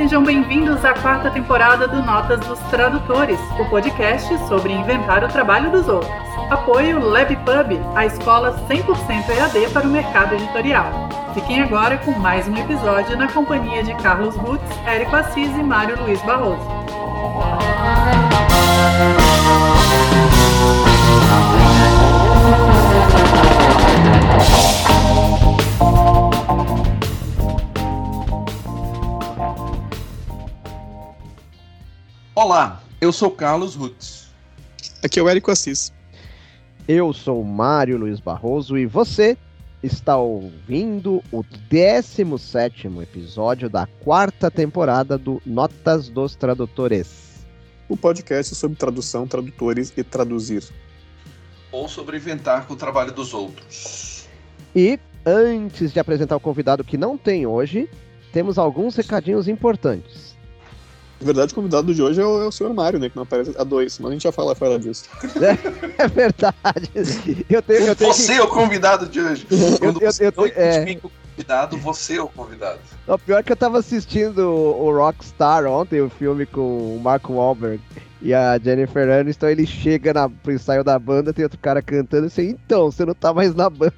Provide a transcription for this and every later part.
Sejam bem-vindos à quarta temporada do Notas dos Tradutores, o podcast sobre inventar o trabalho dos outros. Apoio LabPub, a escola 100% EAD para o mercado editorial. Fiquem agora com mais um episódio na companhia de Carlos Rutz, Érico Assis e Mário Luiz Barroso. Olá, eu sou Carlos Rutz. Aqui é o Érico Assis. Eu sou Mário Luiz Barroso e você está ouvindo o 17º episódio da quarta temporada do Notas dos Tradutores. O podcast sobre tradução, tradutores e traduzir. Ou sobre inventar com o trabalho dos outros. E, antes de apresentar o convidado que não tem hoje, temos alguns recadinhos importantes. Na verdade, o convidado de hoje é o Sr. Mário, né? Que não aparece há dois, mas a gente já fala disso. É verdade. Você é o convidado de hoje. Quando você identifica o convidado, você é o convidado. O pior é que eu tava assistindo o Rockstar ontem, o filme com o Mark Wahlberg e a Jennifer Aniston. Ele chega pro ensaio da banda, tem outro cara cantando assim, então, você não tá mais na banda.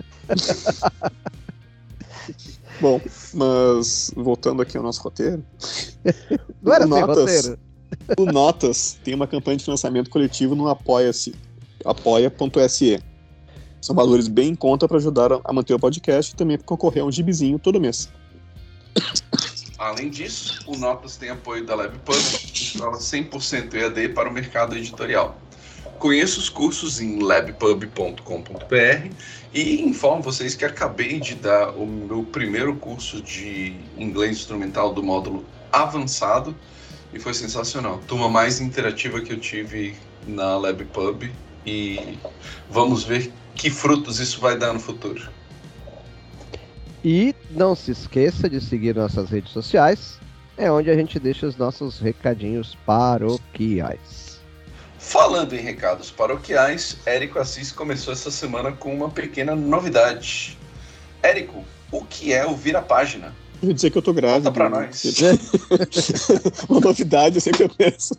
Bom, mas voltando aqui ao nosso roteiro. Não era sem roteiro? O Notas tem uma campanha de financiamento coletivo no Apoia-se, apoia.se. São valores bem em conta para ajudar a manter o podcast e também para concorrer a um gibizinho todo mês. Além disso, o Notas tem apoio da LabPub, escola 100% EAD para o mercado editorial. Conheça os cursos em labpub.com.br e informo vocês que acabei de dar o meu primeiro curso de inglês instrumental do módulo avançado e foi sensacional. Turma mais interativa que eu tive na LabPub e vamos ver que frutos isso vai dar no futuro. E não se esqueça de seguir nossas redes sociais, é onde a gente deixa os nossos recadinhos paroquiais. Falando em recados paroquiais, Érico Assis começou essa semana com uma pequena novidade. Érico, o que é o Vira-Página? Eu ia dizer que eu tô grávida. Conta pra nós. Uma novidade, eu sempre penso.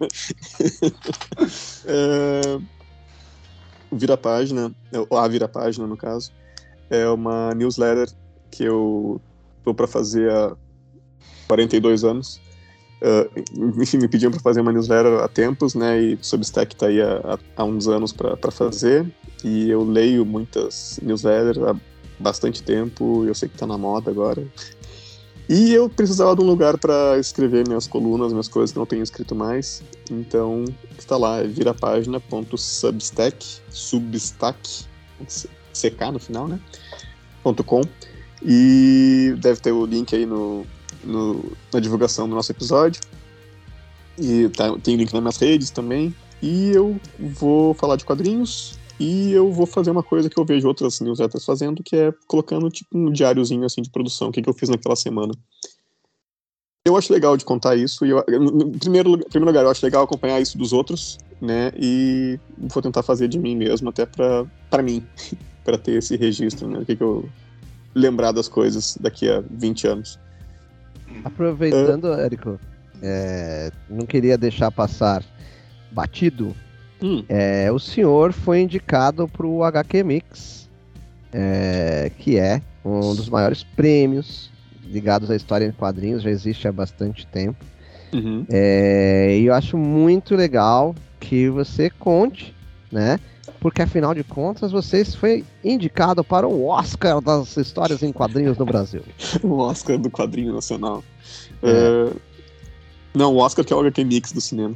O Vira-Página, a Vira-Página no caso, é uma newsletter que eu tô pra fazer há 42 anos. Enfim, me pediam para fazer uma newsletter há tempos, né, e o Substack tá aí há uns anos para fazer, e eu leio muitas newsletters há bastante tempo, eu sei que tá na moda agora, e eu precisava de um lugar para escrever minhas colunas, minhas coisas que não tenho escrito mais, então está lá, virapagina.substack, CK no final, né, .com, e deve ter o link aí na divulgação do nosso episódio, e tem link nas minhas redes também, e eu vou falar de quadrinhos, e eu vou fazer uma coisa que eu vejo outras newsletters fazendo, que é colocando tipo um diáriozinho assim de produção, o que eu fiz naquela semana. Eu acho legal de contar isso, e em primeiro lugar, eu acho legal acompanhar isso dos outros, né, e vou tentar fazer de mim mesmo, até pra mim, pra ter esse registro, né, o que eu lembrar das coisas daqui a 20 anos. Aproveitando, Érico, não queria deixar passar batido, o senhor foi indicado para o HQ Mix, que é um dos maiores prêmios ligados à história em quadrinhos, já existe há bastante tempo. Uhum. E eu acho muito legal que você conte, né? Porque afinal de contas você foi indicado para o Oscar das histórias em quadrinhos no Brasil. O Oscar do quadrinho nacional. Não, o Oscar que é o HQ Mix do cinema.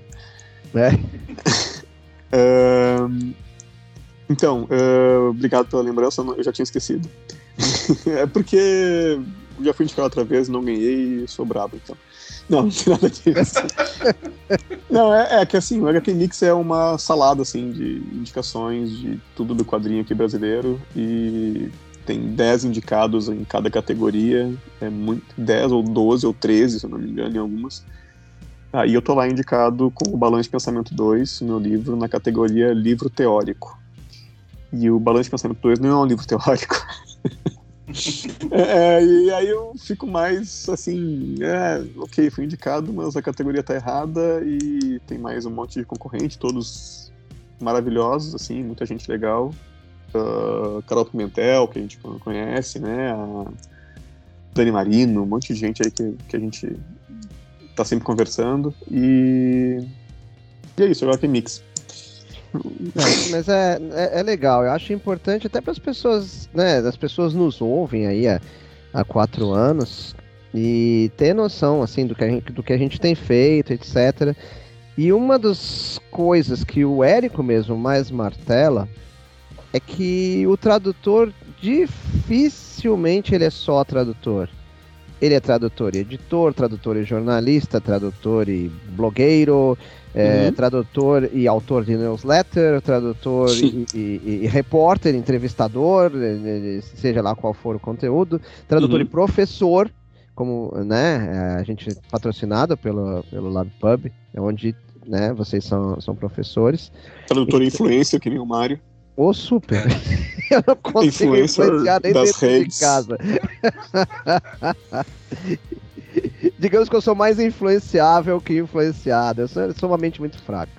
Então, obrigado pela lembrança, eu já tinha esquecido. É porque já fui indicado outra vez, não ganhei e sou brabo, então. Não tem nada disso. Não, é que assim, o HQ Mix é uma salada assim, de indicações de tudo do quadrinho aqui brasileiro e tem 10 indicados em cada categoria, 10 ou 12 ou 13, se eu não me engano, em algumas. E eu tô lá indicado com o Balanço de Pensamento 2, meu livro, na categoria Livro Teórico. E o Balanço de Pensamento 2 não é um livro teórico. E aí eu fico mais assim, ok, fui indicado, mas a categoria tá errada e tem mais um monte de concorrente, todos maravilhosos, assim, muita gente legal. Carol Pimentel, que a gente conhece, né? A Dani Marino, um monte de gente aí que a gente tá sempre conversando. E é isso, agora tem mix. Mas é legal, eu acho importante até para as pessoas, né? As pessoas nos ouvem aí há 4 anos e ter noção assim do que a gente tem feito, etc. E uma das coisas que o Érico mesmo mais martela é que o tradutor dificilmente ele é só tradutor. Ele é tradutor e editor, tradutor e jornalista, tradutor e blogueiro, tradutor e autor de newsletter, tradutor e repórter, entrevistador, seja lá qual for o conteúdo, tradutor e professor, como, né, a gente é patrocinado pelo LabPub, onde, né, vocês são professores. Tradutor e influencer, que nem o Mário. Super! Eu não consigo influenciar nem dentro redes. De casa. Digamos que eu sou mais influenciável que influenciado. Eu sou uma mente muito fraca.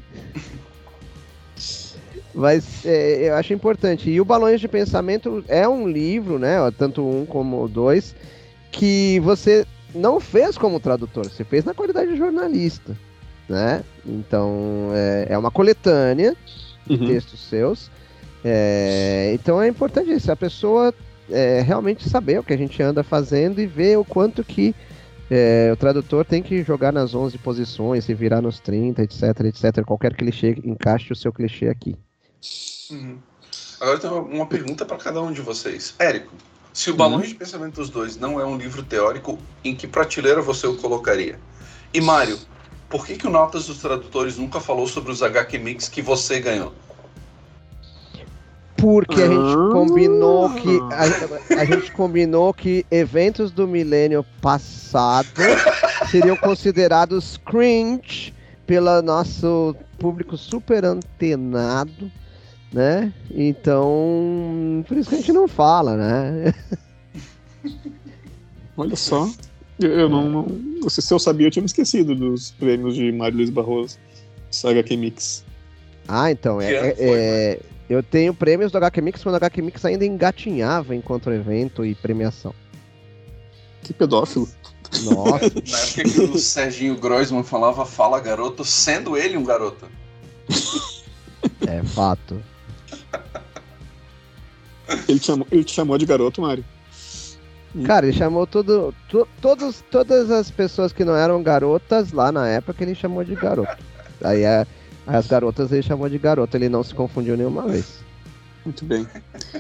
Mas eu acho importante. E o Balões de Pensamento é um livro, né? Tanto um como o 2, que você não fez como tradutor, você fez na qualidade de jornalista, né? Então é uma coletânea de textos seus. Então é importante isso, a pessoa realmente saber o que a gente anda fazendo e ver o quanto que o tradutor tem que jogar nas 11 posições, se virar nos 30, etc, etc. Qualquer clichê, encaixe o seu clichê aqui. Agora eu tenho uma pergunta para cada um de vocês. Érico, se o Balões de Pensamento dos 2 não é um livro teórico, em que prateleira você o colocaria? E Mário, por que o Notas dos Tradutores nunca falou sobre os HQ Mix que você ganhou? Porque a gente combinou que eventos do milênio passado seriam considerados cringe pelo nosso público super antenado, né? Então, por isso que a gente não fala, né? Olha só, eu não se eu sabia, eu tinha me esquecido dos prêmios de Mário Luiz Barroso, Saga Mix. Então, eu tenho prêmios do HQ Mix quando o HQ Mix ainda engatinhava enquanto evento e premiação. Que pedófilo. Nossa. Na época que o Serginho Groisman falava "fala garoto", sendo ele um garoto. É fato. Ele te chamou de garoto, Mário? Cara, ele chamou todas as pessoas que não eram garotas lá na época, ele chamou de garoto. Aí as garotas ele chamou de garoto, ele não se confundiu nenhuma vez. Muito bem.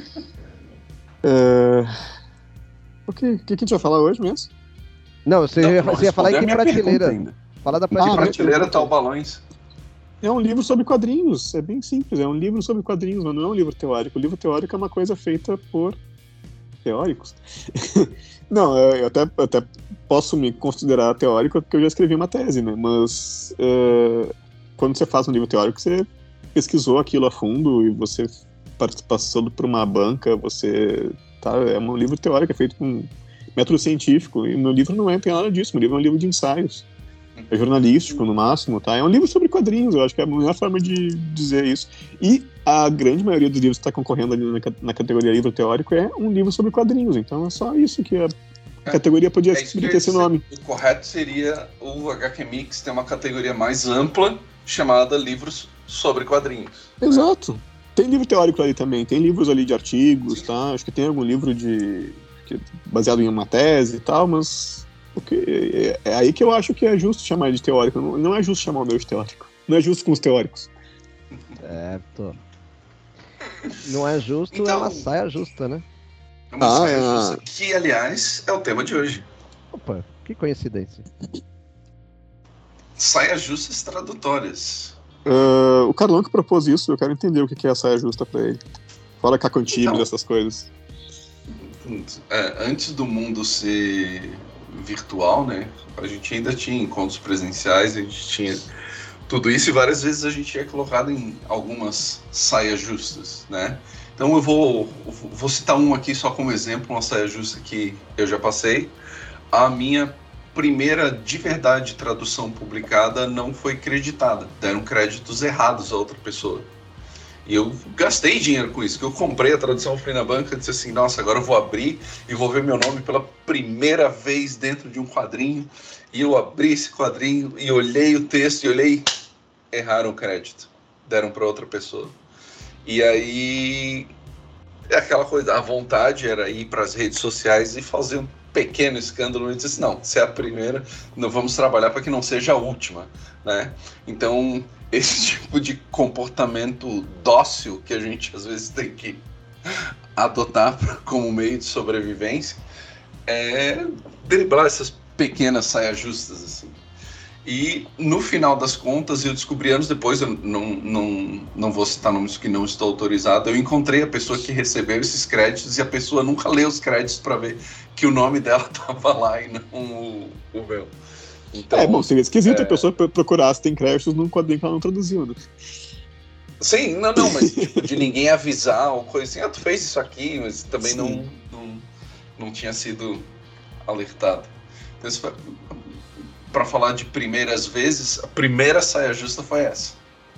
O que a gente vai falar hoje mesmo? Não, você ia falar em que prateleira? Fala da prateleira. Que prateleira tá o Balões? É um livro sobre quadrinhos, é bem simples, é um livro sobre quadrinhos, mas não é um livro teórico. O livro teórico é uma coisa feita por teóricos. Não, eu até posso me considerar teórico porque eu já escrevi uma tese, né? Mas quando você faz um livro teórico, você pesquisou aquilo a fundo e você passou por uma banca, é um livro teórico, é feito com método científico, e no livro não tem nada disso, o livro é um livro de ensaios, é jornalístico no máximo, tá? É um livro sobre quadrinhos, eu acho que é a melhor forma de dizer isso. E a grande maioria dos livros que está concorrendo ali na categoria livro teórico é um livro sobre quadrinhos, então é só isso que a categoria podia ter esse nome. O correto seria o HQ Mix ter uma categoria mais ampla chamada livros sobre quadrinhos. Exato. Tem livro teórico ali também, tem livros ali de artigos, tá? Acho que tem algum livro baseado em uma tese e tal, mas é aí que eu acho que é justo chamar de teórico. Não é justo chamar o meu de teórico. Não é justo com os teóricos. Certo. Não é justo, então, é uma saia justa, né? É uma saia justa, que, aliás, é o tema de hoje. Opa, que coincidência. Saias justas tradutórias. O Carlão que propôs isso, eu quero entender o que é a saia justa pra ele. Fala cacontímido, essas coisas. Antes do mundo ser virtual, né? A gente ainda tinha encontros presenciais, a gente tinha Tudo isso e várias vezes a gente é colocado em algumas saias justas, né? Então eu vou citar um aqui só como exemplo, uma saia justa que eu já passei. A minha primeira, de verdade, tradução publicada não foi creditada. Deram créditos errados a outra pessoa. E eu gastei dinheiro com isso, que eu comprei a tradução, fui na banca e disse assim, nossa, agora eu vou abrir e vou ver meu nome pela primeira vez dentro de um quadrinho. E eu abri esse quadrinho e olhei o texto e olhei, erraram o crédito. Deram para outra pessoa. E aí, aquela coisa, a vontade era ir para as redes sociais e fazer um pequeno escândalo. E disse assim, não, se é a primeira, não vamos trabalhar para que não seja a última, né? Então, esse tipo de comportamento dócil que a gente às vezes tem que adotar como meio de sobrevivência é driblar essas pequenas saias justas, assim. E no final das contas, eu descobri anos depois, eu não vou citar nomes que não estou autorizado, eu encontrei a pessoa que recebeu esses créditos e a pessoa nunca leu os créditos para ver que o nome dela estava lá e não o meu. Então, bom, seria esquisito a pessoa procurar se tem créditos num quadrinho que ela não traduziu, né? Sim, não, mas tipo, de ninguém avisar ou coisa assim, tu fez isso aqui, mas também não tinha sido alertado. Então, isso foi... Para falar de primeiras vezes, a primeira saia justa foi essa.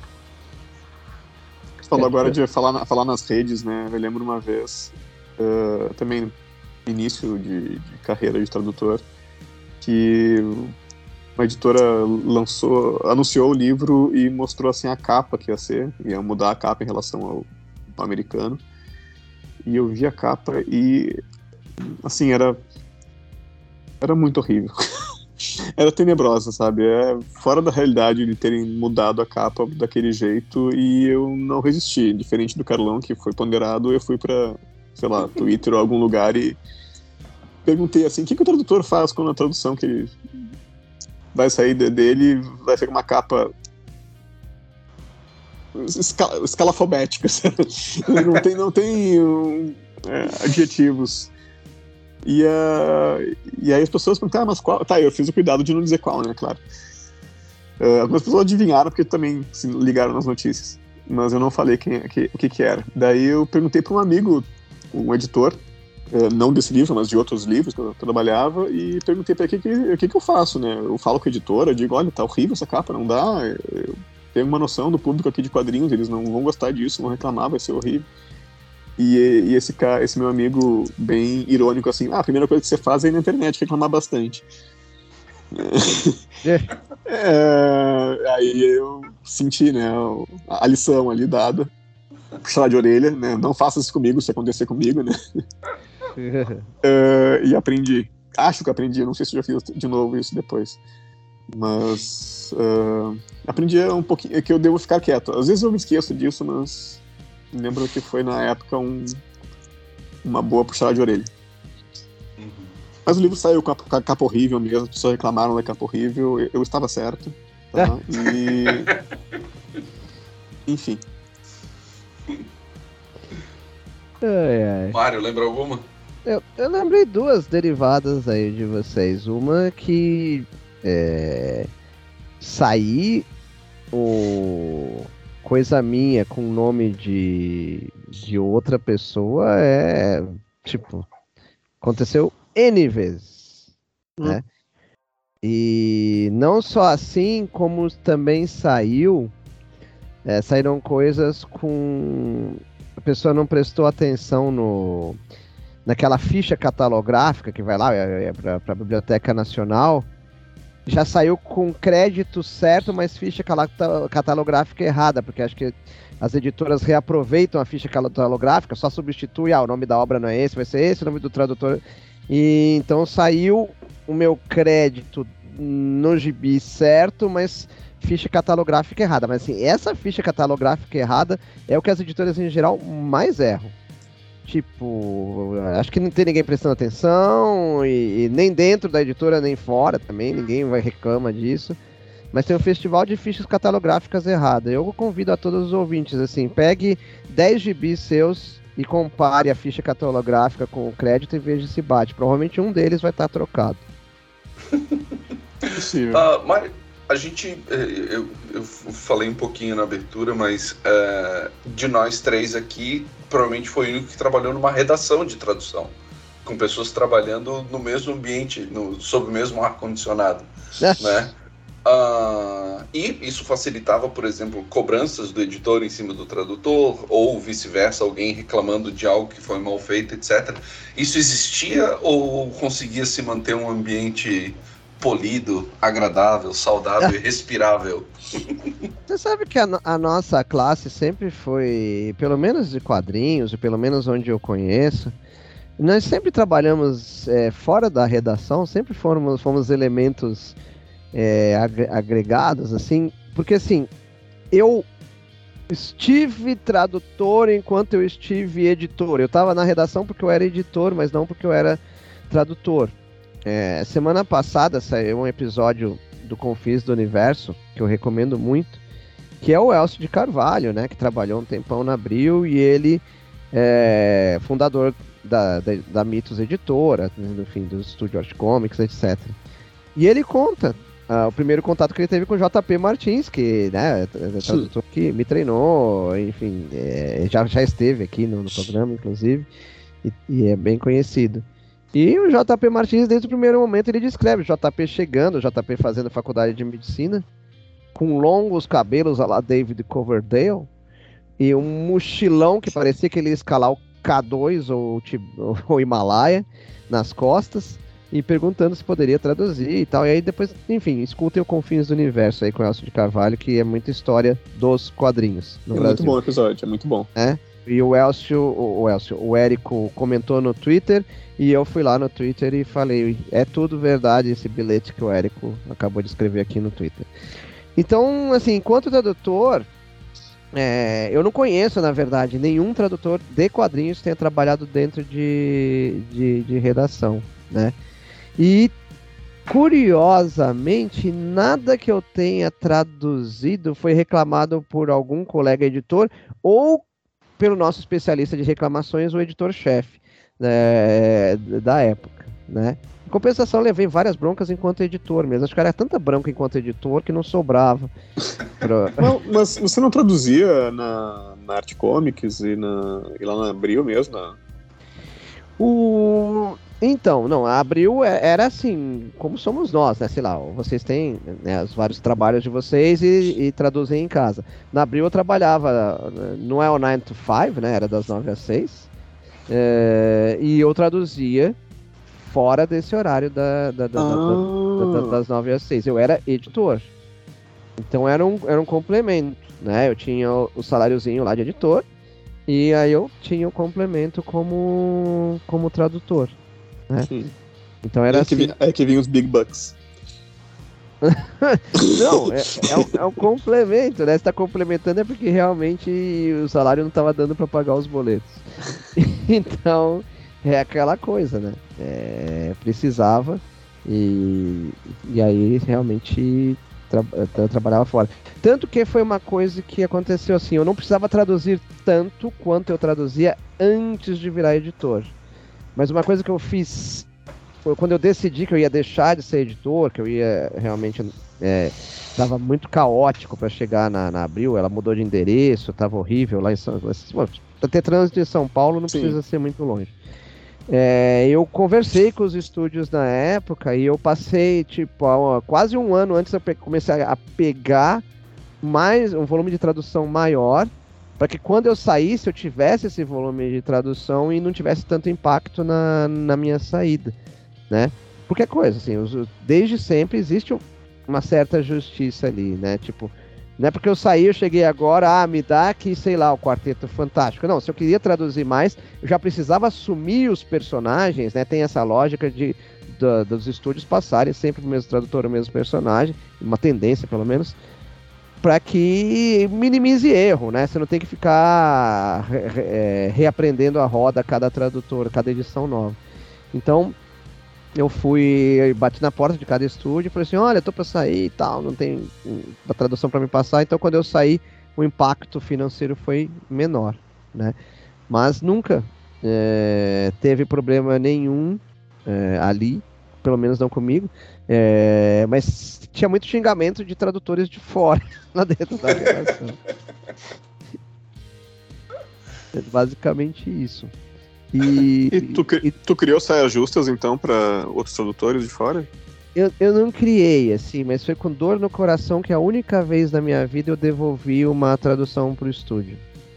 Você falou agora de falar nas redes, né? Eu lembro uma vez, também início de carreira de tradutor, que uma editora anunciou o livro e mostrou assim a capa que ia mudar a capa em relação ao americano. E eu vi a capa e assim, era muito horrível. Era tenebrosa, sabe? É fora da realidade de terem mudado a capa daquele jeito e eu não resisti. Diferente do Carlão, que foi ponderado, eu fui pra, sei lá, Twitter ou algum lugar e perguntei assim, o que o tradutor faz quando a tradução que ele vai sair dele vai ser uma capa escalafobética, sabe? Não tem adjetivos. E aí as pessoas perguntaram, mas qual? Tá, eu fiz o cuidado de não dizer qual, né, claro. Algumas pessoas adivinharam porque também se ligaram nas notícias, mas eu não falei o que era. Daí eu perguntei para um amigo, um editor, não desse livro, mas de outros livros que eu trabalhava, e perguntei para ele o que eu faço, né? Eu falo com a editora, eu digo, olha, tá horrível essa capa, não dá, eu tenho uma noção do público aqui de quadrinhos, eles não vão gostar disso, vão reclamar, vai ser horrível. E esse meu amigo, bem irônico, assim, a primeira coisa que você faz é ir na internet reclamar bastante. Aí eu senti, né, a lição ali dada, puxar de orelha, né, não faça isso comigo se acontecer comigo, né. E aprendi, acho que aprendi, não sei se já fiz de novo isso depois, mas aprendi um pouquinho, que eu devo ficar quieto. Às vezes eu me esqueço disso, mas lembro que foi na época uma boa puxada de orelha. Uhum. Mas o livro saiu com a capa horrível mesmo, as pessoas reclamaram da capa horrível, eu estava certo. Tá? Enfim. Mário, lembra alguma? Eu lembrei duas derivadas aí de vocês. Uma que sair coisa minha com o nome de outra pessoa tipo, aconteceu N vezes, né? E não só assim, como também saíram coisas com... A pessoa não prestou atenção naquela ficha catalográfica que vai lá para a Biblioteca Nacional. Já saiu com crédito certo, mas ficha catalográfica errada, porque acho que as editoras reaproveitam a ficha catalográfica, só substitui, o nome da obra não é esse, vai ser esse, o nome do tradutor. E então saiu o meu crédito no gibi certo, mas ficha catalográfica errada. Mas assim, essa ficha catalográfica errada é o que as editoras em geral mais erram. Tipo, acho que não tem ninguém prestando atenção, e nem dentro da editora, nem fora também, ninguém reclama disso. Mas tem um festival de fichas catalográficas erradas. Eu convido a todos os ouvintes, assim, pegue 10 gibis seus e compare a ficha catalográfica com o crédito e veja se bate. Provavelmente um deles vai estar trocado. A gente, eu falei um pouquinho na abertura, mas de nós três aqui, provavelmente foi o único que trabalhou numa redação de tradução, com pessoas trabalhando no mesmo ambiente, sob o mesmo ar-condicionado, né? E isso facilitava, por exemplo, cobranças do editor em cima do tradutor, ou vice-versa, alguém reclamando de algo que foi mal feito, etc. Isso existia ou conseguia se manter um ambiente polido, agradável, saudável e respirável? Você sabe que a nossa classe sempre foi, pelo menos de quadrinhos, e pelo menos onde eu conheço, nós sempre trabalhamos fora da redação, sempre fomos elementos agregados, assim, porque assim, eu estive tradutor enquanto eu estive editor. Eu estava na redação porque eu era editor, mas não porque eu era tradutor. Semana passada saiu um episódio do Confins do Universo, que eu recomendo muito, que é o Elcio de Carvalho, né, que trabalhou um tempão na Abril, e ele é fundador da Mitos Editora, enfim, do estúdio Art Comics, etc. E ele conta o primeiro contato que ele teve com o JP Martins, que, né, é tradutor que me treinou, enfim, já esteve aqui no programa, inclusive, e é bem conhecido. E o JP Martins, desde o primeiro momento, ele descreve o JP chegando, o JP fazendo faculdade de medicina, com longos cabelos à la David Coverdale, e um mochilão que parecia que ele ia escalar o K2 ou o Himalaia nas costas, e perguntando se poderia traduzir e tal. E aí depois, enfim, escutem o Confins do Universo aí com o Elcio de Carvalho, que é muita história dos quadrinhos no Brasil. Muito bom o episódio, é muito bom. E o Érico comentou no Twitter, e eu fui lá no Twitter e falei, é tudo verdade esse bilhete que o Érico acabou de escrever aqui no Twitter. Então, assim, enquanto tradutor, eu não conheço, na verdade, nenhum tradutor de quadrinhos que tenha trabalhado dentro de redação, né? E, curiosamente, nada que eu tenha traduzido foi reclamado por algum colega editor ou pelo nosso especialista de reclamações, o editor-chefe, né, da época, né? Em compensação, levei várias broncas enquanto editor mesmo. Acho que era tanta bronca enquanto editor que não sobrava. Não, mas você não traduzia na Art Comics e lá na Abril mesmo? Então, não, a Abril era assim, como somos nós, né? Sei lá, vocês têm, né, os vários trabalhos de vocês e traduzem em casa. Na Abril eu trabalhava, não é o 9 to 5, né? Era das 9 às 6. E eu traduzia fora desse horário das 9 às 6. Eu era editor. Então era um complemento, né? Eu tinha o saláriozinho lá de editor e aí eu tinha o complemento como tradutor. Né? Então era assim. É que vinha os Big Bucks. Não, é um complemento, né? Você tá complementando porque realmente o salário não estava dando para pagar os boletos. Então, é aquela coisa, né? Precisava e aí realmente trabalhava fora. Tanto que foi uma coisa que aconteceu assim, eu não precisava traduzir tanto quanto eu traduzia antes de virar editor. Mas uma coisa que eu fiz foi quando eu decidi que eu ia deixar de ser editor, que eu ia realmente... Estava muito caótico para chegar na Abril, ela mudou de endereço, estava horrível lá em São Paulo. Para ter trânsito de São Paulo não precisa ser muito longe. Eu conversei com os estúdios na época e eu passei, quase um ano antes eu comecei a pegar mais um volume de tradução maior, para que quando eu saísse eu tivesse esse volume de tradução e não tivesse tanto impacto na minha saída, né? Porque é coisa, assim, desde sempre existe uma certa justiça ali, né? Tipo, não é porque eu saí, eu cheguei agora, me dá aqui, sei lá, o Quarteto Fantástico. Não, se eu queria traduzir mais, eu já precisava assumir os personagens, né? Tem essa lógica dos estúdios passarem sempre o mesmo tradutor, o mesmo personagem, uma tendência pelo menos, para que minimize erro, né? Você não tem que ficar reaprendendo a roda cada tradutor, cada edição nova. Então, eu bati na porta de cada estúdio e falei assim, olha, tô para sair e tal, não tem uma tradução para me passar. Então, quando eu saí, o impacto financeiro foi menor, né? Mas nunca teve problema nenhum ali, pelo menos não comigo, mas tinha muito xingamento de tradutores de fora lá dentro da redação. É basicamente isso. E tu criou saias justas, então, para outros tradutores de fora? Eu não criei, assim, mas foi com dor no coração que a única vez na minha vida eu devolvi uma tradução pro estúdio.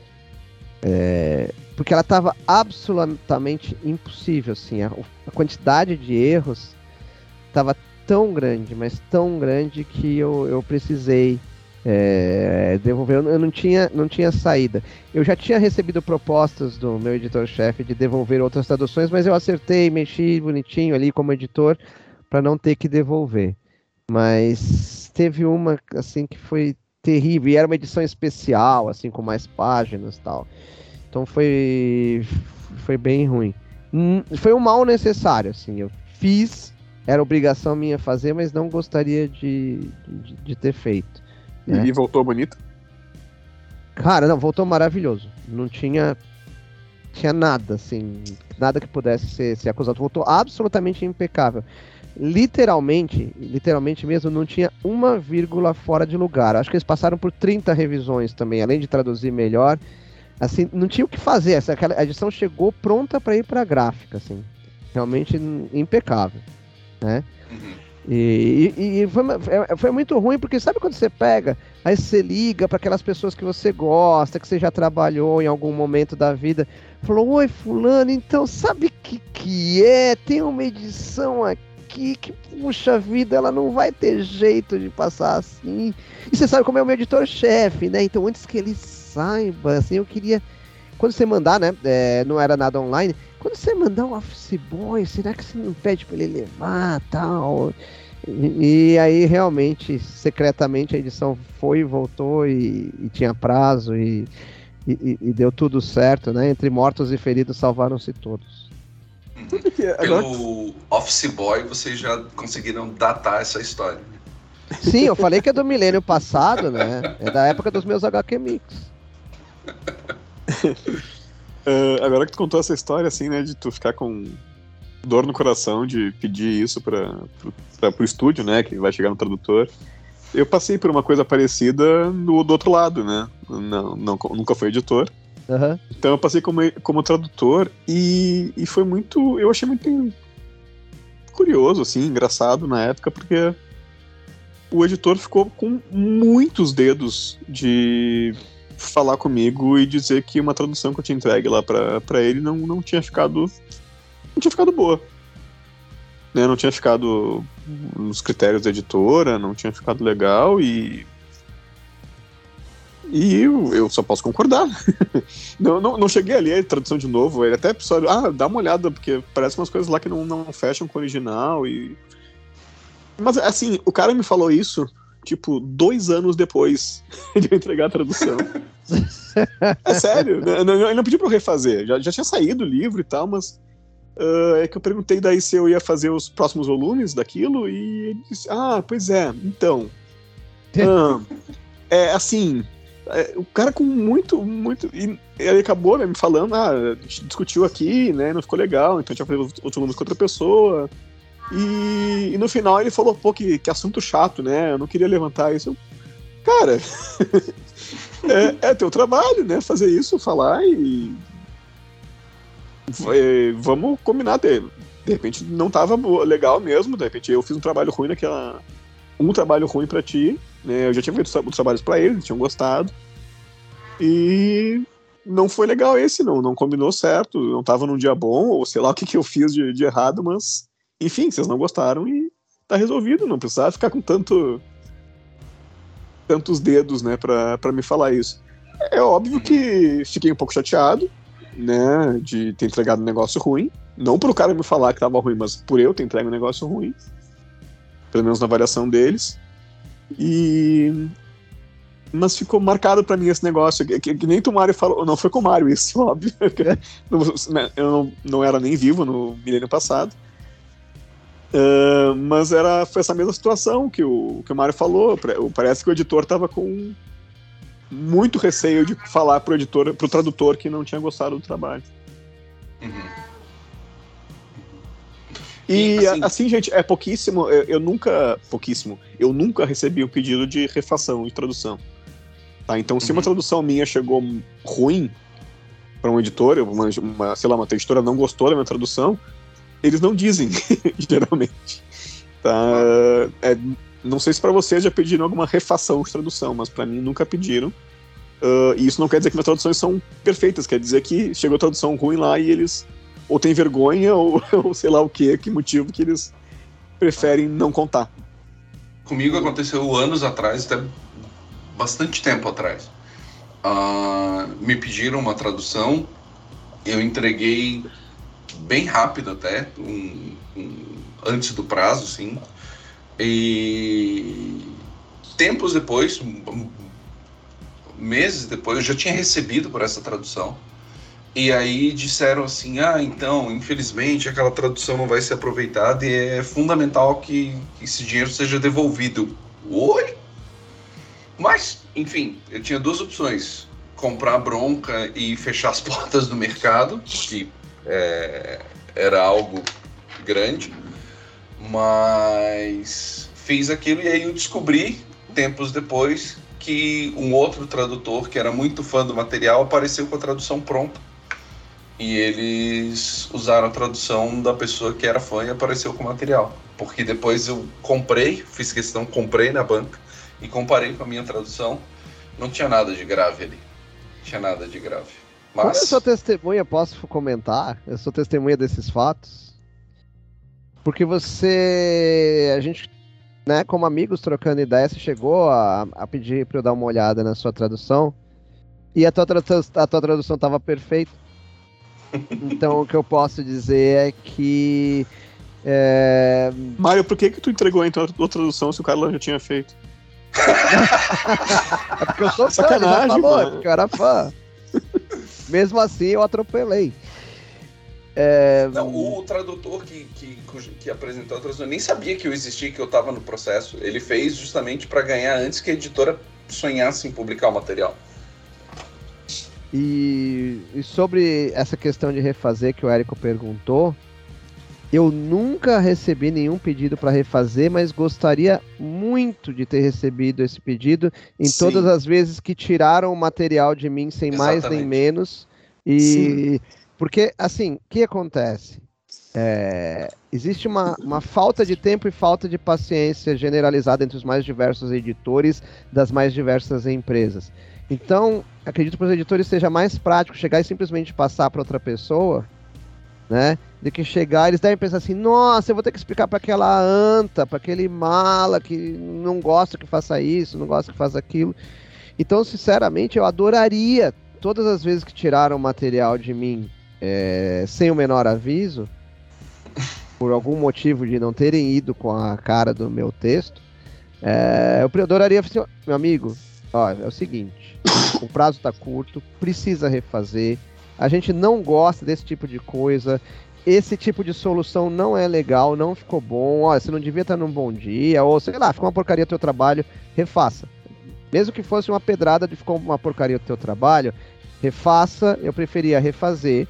Porque ela estava absolutamente impossível, assim, a quantidade de erros estava tão grande, mas tão grande que eu precisei devolver. Eu não tinha saída. Eu já tinha recebido propostas do meu editor-chefe de devolver outras traduções, mas eu acertei, mexi bonitinho ali como editor para não ter que devolver. Mas teve uma assim que foi terrível, e era uma edição especial, assim, com mais páginas e tal. Então foi bem ruim. Foi um mal necessário, assim, eu fiz, era obrigação minha fazer, mas não gostaria de ter feito. Né? E voltou bonito? Cara, não, voltou maravilhoso. Não tinha nada, assim, nada que pudesse ser acusado. Voltou absolutamente impecável. Literalmente mesmo, não tinha uma vírgula fora de lugar. Acho que eles passaram por 30 revisões também, além de traduzir melhor. Assim, não tinha o que fazer. A edição chegou pronta para ir para a gráfica, assim. Realmente impecável, né? E foi muito ruim, porque sabe quando você pega, aí você liga para aquelas pessoas que você gosta, que você já trabalhou em algum momento da vida, falou: oi fulano, então sabe o que é? Tem uma edição aqui que, puxa vida, ela não vai ter jeito de passar assim. E você sabe como é o meu editor-chefe, né? Então antes que ele saiba, assim, eu queria... Quando você mandar, né, não era nada online, quando você mandar um Office Boy, será que você não pede pra ele levar, tal? E aí, realmente, secretamente, a edição foi e voltou e tinha prazo e deu tudo certo, né? Entre mortos e feridos, salvaram-se todos. Pelo Office Boy, vocês já conseguiram datar essa história. Sim, eu falei que é do milênio passado, né? É da época dos meus HQ Mix. Agora que tu contou essa história, assim, né, de tu ficar com dor no coração de pedir isso pro estúdio, né, que vai chegar no tradutor, eu passei por uma coisa parecida do outro lado, né, nunca fui editor, então eu passei como tradutor e foi muito, eu achei muito curioso, assim, engraçado na época, porque o editor ficou com muitos dedos de falar comigo e dizer que uma tradução que eu tinha entregue lá pra ele não tinha ficado boa, né? Não tinha ficado nos critérios da editora, não tinha ficado legal e eu só posso concordar. não cheguei ali a tradução de novo, ele até pessoal, dá uma olhada, porque parece umas coisas lá que não fecham com o original mas assim, o cara me falou isso tipo 2 anos depois de eu entregar a tradução. É sério, ele não pediu pra eu refazer, já tinha saído o livro e tal, mas é que eu perguntei daí se eu ia fazer os próximos volumes daquilo e ele disse, pois é, então assim, o cara com muito e ele acabou, né, me falando, a gente discutiu aqui, né, não ficou legal, então a gente vai fazer outros volumes com outra pessoa. E no final ele falou, pô, que assunto chato, né? Eu não queria levantar isso. Cara, é teu trabalho, né? Fazer isso, falar e... vamos combinar. De repente não tava legal mesmo, de repente eu fiz um trabalho ruim pra ti, né? Eu já tinha feito os trabalhos pra eles tinham gostado. E não foi legal esse, não combinou certo, não tava num dia bom, ou sei lá o que eu fiz de errado, mas... Enfim, vocês não gostaram e tá resolvido, não precisava ficar com tantos dedos, né, pra me falar isso. É óbvio que fiquei um pouco chateado, né, de ter entregado um negócio ruim, não pro cara me falar que tava ruim, mas por eu ter entregue um negócio ruim, pelo menos na avaliação deles, mas ficou marcado pra mim esse negócio, que nem o Mário falou, não foi com o Mário isso, óbvio, eu não era nem vivo no milênio passado. Mas foi essa mesma situação que o Mário falou. Parece que o editor estava com muito receio de falar pro tradutor que não tinha gostado do trabalho. E assim, gente, é pouquíssimo. Eu nunca recebi um pedido de refação de tradução. Tá? Então, se uma tradução minha chegou ruim para uma editora, uma editora não gostou da minha tradução, eles não dizem, geralmente. Tá? Não sei se para vocês já pediram alguma refação de tradução, mas para mim nunca pediram. E isso não quer dizer que minhas traduções são perfeitas, quer dizer que chegou a tradução ruim lá e eles ou têm vergonha ou sei lá o que motivo que eles preferem não contar. Comigo aconteceu anos atrás, até bastante tempo atrás. Me pediram uma tradução, eu entreguei bem rápido até, antes do prazo, sim. E tempos depois, meses depois, eu já tinha recebido por essa tradução. E aí disseram assim, então, infelizmente, aquela tradução não vai ser aproveitada e é fundamental que esse dinheiro seja devolvido. Oi? Mas, enfim, eu tinha duas opções. Comprar bronca e fechar as portas do mercado, que era algo grande. Mas fiz aquilo e aí eu descobri, tempos depois, que um outro tradutor, que era muito fã do material, apareceu com a tradução pronta. E eles usaram a tradução da pessoa que era fã e apareceu com o material. Porque depois eu fiz questão, comprei na banca e comparei com a minha tradução. Não tinha nada de grave ali. Não tinha nada de grave. Mas... Como eu sou testemunha, posso comentar? Eu sou testemunha desses fatos. Porque a gente, né, como amigos trocando ideia, você chegou a pedir para eu dar uma olhada na sua tradução e a tua tradução estava perfeita. Então o que eu posso dizer é que... Mário, por que tu entregou então a tua tradução se o cara já tinha feito? É porque eu sou fã, sacanagem, já falou, mano. é porque eu era fã. Mesmo assim eu atropelei. Não, o tradutor que apresentou a tradução nem sabia que eu existia, que eu estava no processo. Ele fez justamente para ganhar antes que a editora sonhasse em publicar o material. E sobre essa questão de refazer que o Érico perguntou, eu nunca recebi nenhum pedido para refazer, mas gostaria muito de ter recebido esse pedido em Sim. todas as vezes que tiraram o material de mim sem mais nem menos. E porque, assim, o que acontece? Existe uma falta de tempo e falta de paciência generalizada entre os mais diversos editores das mais diversas empresas. Então, acredito que para os editores seja mais prático chegar e simplesmente passar para outra pessoa, né? De que chegar, eles devem pensar assim, nossa, eu vou ter que explicar para aquela anta, para aquele mala que não gosta que faça isso, não gosta que faça aquilo. Então, sinceramente, eu adoraria, todas as vezes que tiraram material de mim sem o menor aviso, por algum motivo de não terem ido com a cara do meu texto, eu adoraria, assim, meu amigo, ó, é o seguinte, o prazo tá curto, precisa refazer, a gente não gosta desse tipo de coisa, esse tipo de solução não é legal, não ficou bom, olha, você não devia estar num bom dia, ou sei lá, ficou uma porcaria o teu trabalho, refaça. Mesmo que fosse uma pedrada de ficou uma porcaria o teu trabalho, refaça, eu preferia refazer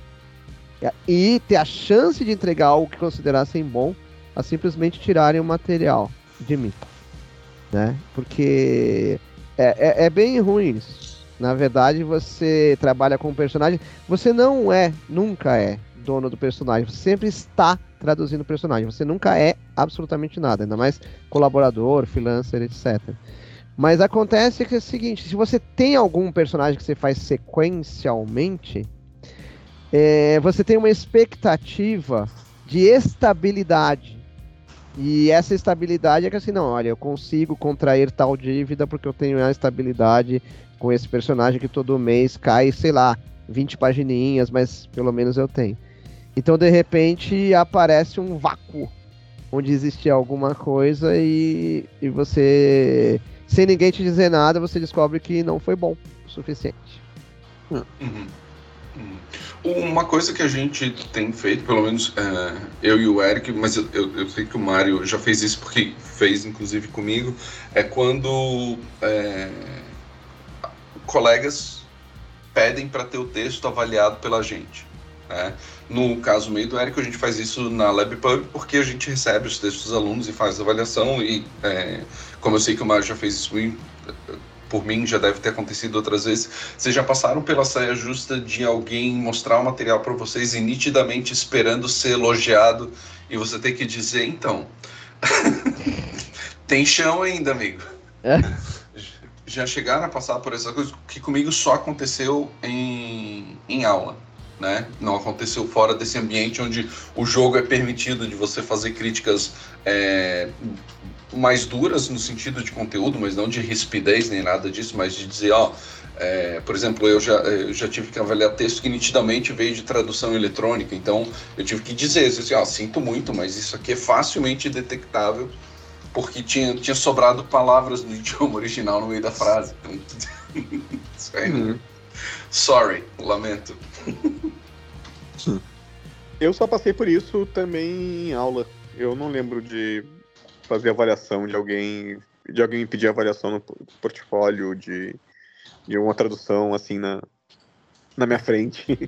e ter a chance de entregar algo que considerassem bom, a simplesmente tirarem o material de mim, né? Porque é bem ruim isso. Na verdade, você trabalha com um personagem, você nunca é dono do personagem, você sempre está traduzindo o personagem, você nunca é absolutamente nada, ainda mais colaborador, freelancer, etc. Mas acontece que é o seguinte, se você tem algum personagem que você faz sequencialmente, você tem uma expectativa de estabilidade. E essa estabilidade é que assim, não, olha, eu consigo contrair tal dívida porque eu tenho a estabilidade com esse personagem que todo mês cai, sei lá, 20 pagininhas, mas pelo menos eu tenho. Então, de repente, aparece um vácuo onde existia alguma coisa e você, sem ninguém te dizer nada, você descobre que não foi bom o suficiente. Uma coisa que a gente tem feito, pelo menos eu e o Eric, mas eu sei que o Mário já fez isso porque fez inclusive comigo, é quando colegas pedem para ter o texto avaliado pela gente. né? No caso meio do Érico, a gente faz isso na LabPub porque a gente recebe os textos dos alunos e faz a avaliação e, como eu sei que o Mário já fez isso por mim, já deve ter acontecido outras vezes, vocês já passaram pela saia justa de alguém mostrar o material para vocês e nitidamente esperando ser elogiado e você ter que dizer, então, tem chão ainda, amigo. Já chegaram a passar por essa coisa que comigo só aconteceu em aula, né? Não aconteceu fora desse ambiente onde o jogo é permitido de você fazer críticas mais duras no sentido de conteúdo, mas não de rispidez nem nada disso, mas de dizer, por exemplo, eu já tive que avaliar texto que nitidamente veio de tradução eletrônica, então eu tive que dizer assim, sinto muito, mas isso aqui é facilmente detectável porque tinha sobrado palavras no idioma original no meio da frase. Então, isso aí, sorry, lamento. Eu só passei por isso também em aula. Eu não lembro de fazer avaliação de alguém pedir avaliação no portfólio de uma tradução assim na minha frente.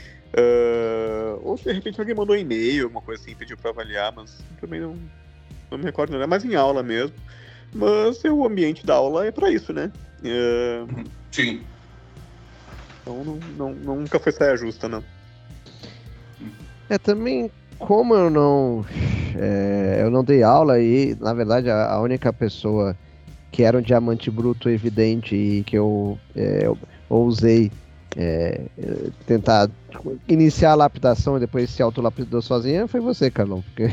Ou de repente alguém mandou um e-mail, alguma coisa assim, pediu para avaliar, mas também não me recordo, não é mais em aula mesmo. Mas o ambiente da aula é para isso, né? Sim. Então nunca foi saia justa, não. Também, como eu não dei aula e, na verdade, a única pessoa que era um diamante bruto evidente e que eu ousei tentar iniciar a lapidação e depois se autolapidou sozinha foi você, Carlão. Porque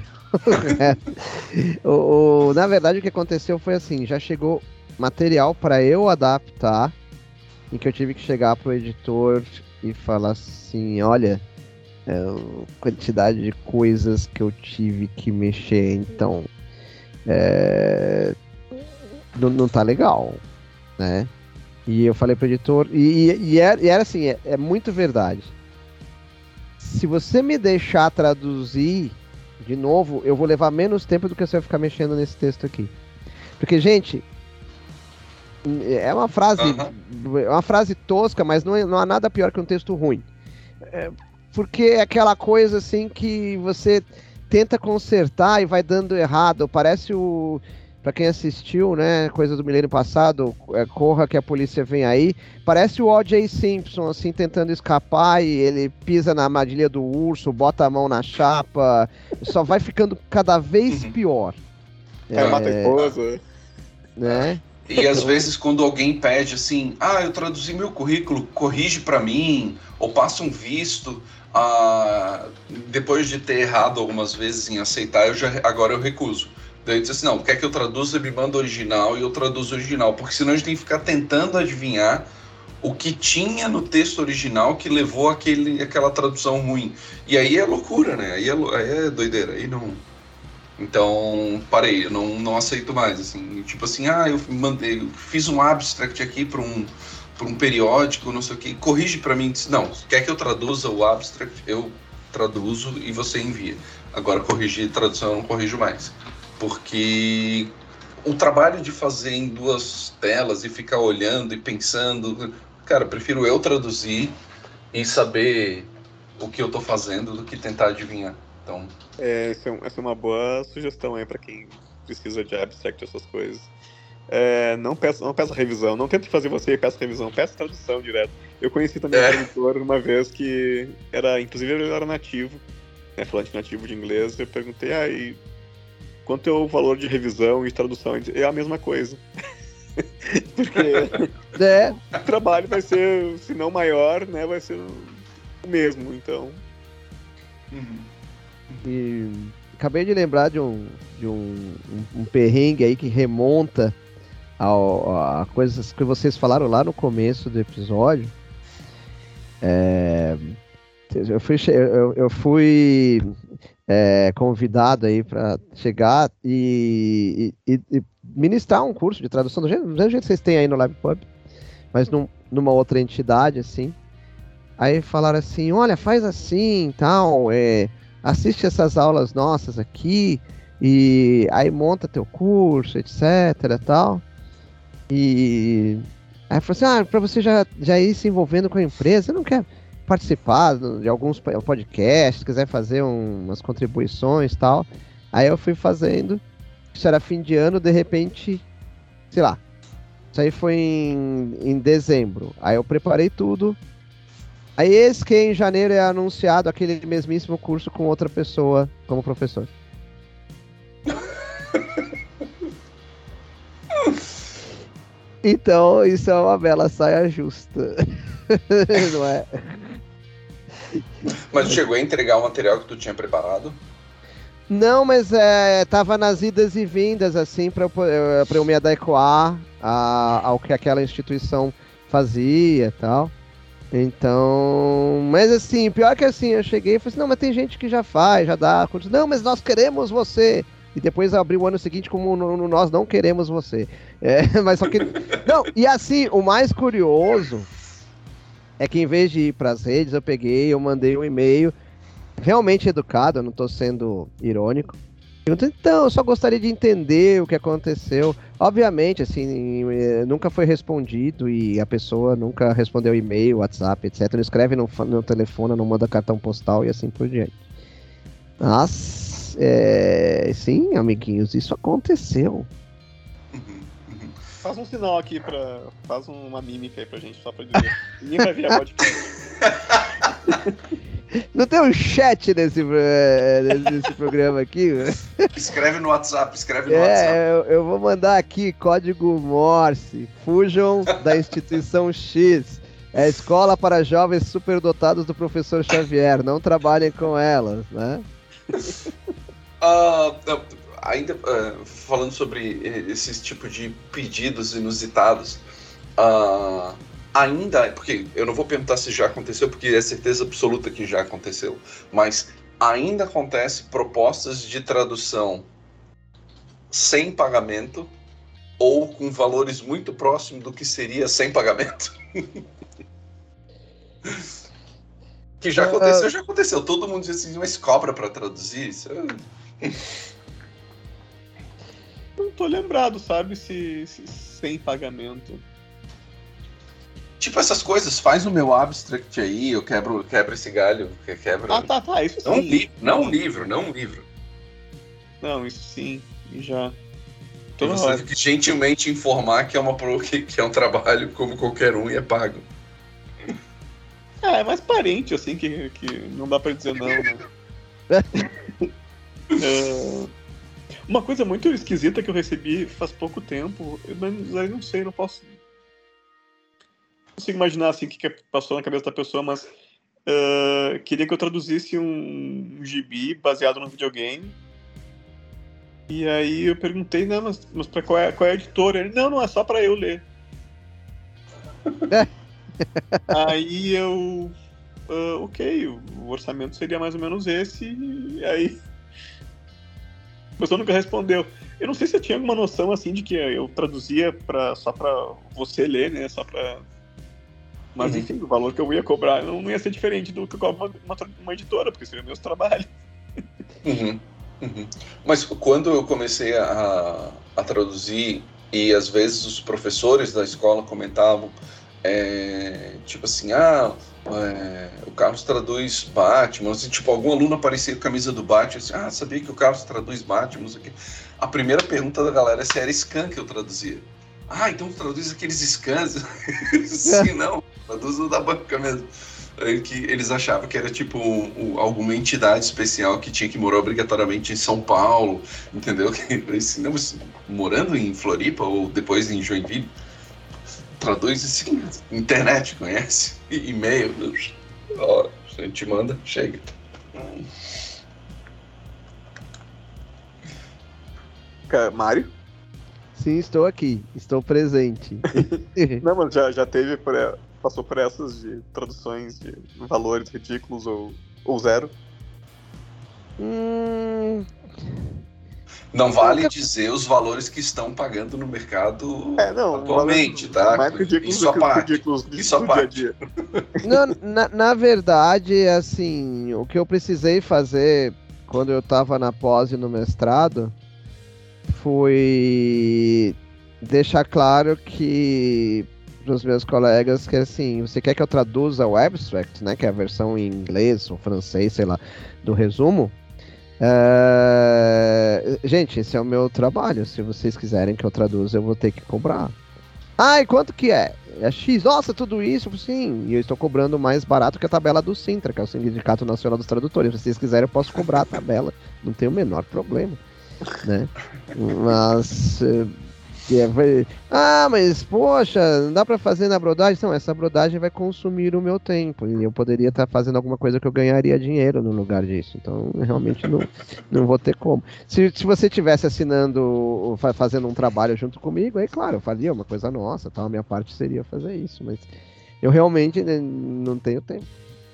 na verdade, o que aconteceu foi assim, já chegou material para eu adaptar, em que eu tive que chegar pro editor e falar assim, olha, quantidade de coisas que eu tive que mexer, então não tá legal, né? E eu falei pro editor, e era assim, é muito verdade. Se você me deixar traduzir de novo, eu vou levar menos tempo do que você vai ficar mexendo nesse texto aqui. Porque, gente, é uma frase tosca, mas não há nada pior que um texto ruim. Porque é aquela coisa assim que você tenta consertar e vai dando errado. Parece pra quem assistiu, né, coisa do milênio passado, Corra que a polícia vem aí, parece o O.J. Simpson, assim, tentando escapar e ele pisa na armadilha do urso, bota a mão na chapa, só vai ficando cada vez pior. Mata a esposa. Né? E às vezes quando alguém pede assim, eu traduzi meu currículo, corrige pra mim, ou passa um visto, depois de ter errado algumas vezes em aceitar, agora eu recuso. Daí eu disse assim, não, quer que eu traduza, me manda o original e eu traduzo o original, porque senão a gente tem que ficar tentando adivinhar o que tinha no texto original que levou aquela tradução ruim. E aí é loucura, né? Aí é doideira, aí não... Então, parei, eu não aceito mais, assim, tipo assim, eu fiz um abstract aqui para um periódico, não sei o que, corrige para mim, disse, não, quer que eu traduza o abstract, eu traduzo e você envia. Agora, corrigir tradução eu não corrijo mais, porque o trabalho de fazer em 2 telas e ficar olhando e pensando, cara, prefiro eu traduzir e saber o que eu tô fazendo do que tentar adivinhar. Então... Essa é uma boa sugestão aí para quem precisa de abstract, essas coisas. Não peça revisão, não tente fazer você e peça revisão, peça tradução direto. Eu conheci também um tradutor uma vez que inclusive ele era nativo, né, falante nativo de inglês. Eu perguntei, quanto é o valor de revisão e tradução? Ele disse, é a mesma coisa. Porque o trabalho vai ser, se não maior, né, vai ser o mesmo, então... E acabei de lembrar de um perrengue aí que remonta a coisas que vocês falaram lá no começo do episódio. Eu fui convidado aí para chegar e ministrar um curso de tradução do mesmo jeito que vocês têm aí no LabPub, mas numa outra entidade, assim. Aí falaram assim, olha, faz assim, tal, assiste essas aulas nossas aqui, e aí monta teu curso, etc, tal. E aí falou assim, para você já ir se envolvendo com a empresa, eu não quero. participar de alguns podcasts, se quiser fazer umas contribuições e tal. Aí eu fui fazendo, isso era fim de ano, de repente, sei lá, isso aí foi em dezembro. Aí eu preparei tudo. Aí eis que em janeiro é anunciado aquele mesmíssimo curso com outra pessoa como professor. Então, isso é uma bela saia justa. Não é? Mas chegou a entregar o material que tu tinha preparado? Não, mas tava nas idas e vindas, assim, pra eu me adequar ao que aquela instituição fazia e tal. Então, mas assim, pior que assim, eu cheguei e falei assim, não, mas tem gente que já faz, já dá. Não, mas nós queremos você. E depois abri o ano seguinte como nós não queremos você. Mas só que... Não, e assim, o mais curioso é que em vez de ir pras redes, eu mandei um e-mail realmente educado, eu não tô sendo irônico. Então, eu só gostaria de entender o que aconteceu. Obviamente, assim, nunca foi respondido e a pessoa nunca respondeu e-mail, WhatsApp, etc. Não escreve no telefone, não manda cartão postal e assim por diante. Mas, sim, amiguinhos, isso aconteceu. Faz um sinal aqui faz uma mímica aí pra gente, só pra dizer. Ninguém vai virar podcast. Não tem um chat nesse programa aqui? Escreve no WhatsApp, WhatsApp. Eu vou mandar aqui código Morse. Fujam da instituição X. É a escola para jovens superdotados do professor Xavier. Não trabalhem com elas, né? Ainda falando sobre esses tipos de pedidos inusitados, ainda, porque eu não vou perguntar se já aconteceu, porque é certeza absoluta que já aconteceu, mas ainda acontece propostas de tradução sem pagamento ou com valores muito próximos do que seria sem pagamento. Que já aconteceu. Todo mundo diz assim, mas cobra para traduzir? Isso Não tô lembrado, sabe, se sem pagamento. Tipo essas coisas, faz o meu abstract aí, eu quebro esse galho, quebra. Tá, isso sim. Não um livro. Não, isso sim, já. E você tem que gentilmente informar que é um trabalho como qualquer um e é pago. É mais parente, assim, que não dá pra dizer não, né? Uma coisa muito esquisita que eu recebi faz pouco tempo, mas aí não sei, não posso... Não consigo imaginar assim, o que passou na cabeça da pessoa, mas queria que eu traduzisse um gibi baseado no videogame. E aí eu perguntei, não, mas pra qual é a editora? Ele, não é só pra eu ler. Aí eu... ok, o orçamento seria mais ou menos esse, e aí... A pessoa nunca respondeu. Eu não sei se eu tinha alguma noção, assim, de que eu traduzia só pra você ler, né, só pra... Mas, enfim, o valor que eu ia cobrar não ia ser diferente do que eu cobro uma editora, porque seria o meu trabalho. Mas quando eu comecei a traduzir, e às vezes os professores da escola comentavam, tipo assim, o Carlos traduz Batman, assim, tipo, algum aluno aparecia com a camisa do Batman, assim, sabia que o Carlos traduz Batman, isso aqui. A primeira pergunta da galera é se era scan que eu traduzia. Então traduz aqueles scans? Sim, não, traduz o da banca mesmo. Que eles achavam que era tipo alguma entidade especial que tinha que morar obrigatoriamente em São Paulo, entendeu? Assim, não, mas morando em Floripa ou depois em Joinville, traduz assim, internet, conhece? E-mail, a gente manda, chega. Mário? Sim, estou aqui, estou presente. Não, mas já teve, passou por essas de traduções de valores ridículos ou zero? Não vale dizer os valores que estão pagando no mercado atualmente, tá? Mais ridículos isso do que os ridículos do dia a dia. Na verdade, assim, o que eu precisei fazer quando eu estava na pós e no mestrado foi deixar claro que pros meus colegas que assim, você quer que eu traduza o abstract, né, que é a versão em inglês ou francês, sei lá, do resumo? Gente, esse é o meu trabalho. Se vocês quiserem que eu traduza, eu vou ter que cobrar. E quanto que é? É X. Nossa, tudo isso? Sim. E eu estou cobrando mais barato que a tabela do Sintra, que é o Sindicato Nacional dos Tradutores. Se vocês quiserem, eu posso cobrar a tabela. Não tem o menor problema, né? Mas... mas poxa, não dá pra fazer na brodagem? Não, essa brodagem vai consumir o meu tempo e eu poderia estar fazendo alguma coisa que eu ganharia dinheiro no lugar disso, então realmente não vou ter como. Se você estivesse assinando, fazendo um trabalho junto comigo, aí claro, eu faria uma coisa nossa, tal, a minha parte seria fazer isso, mas eu realmente não tenho tempo.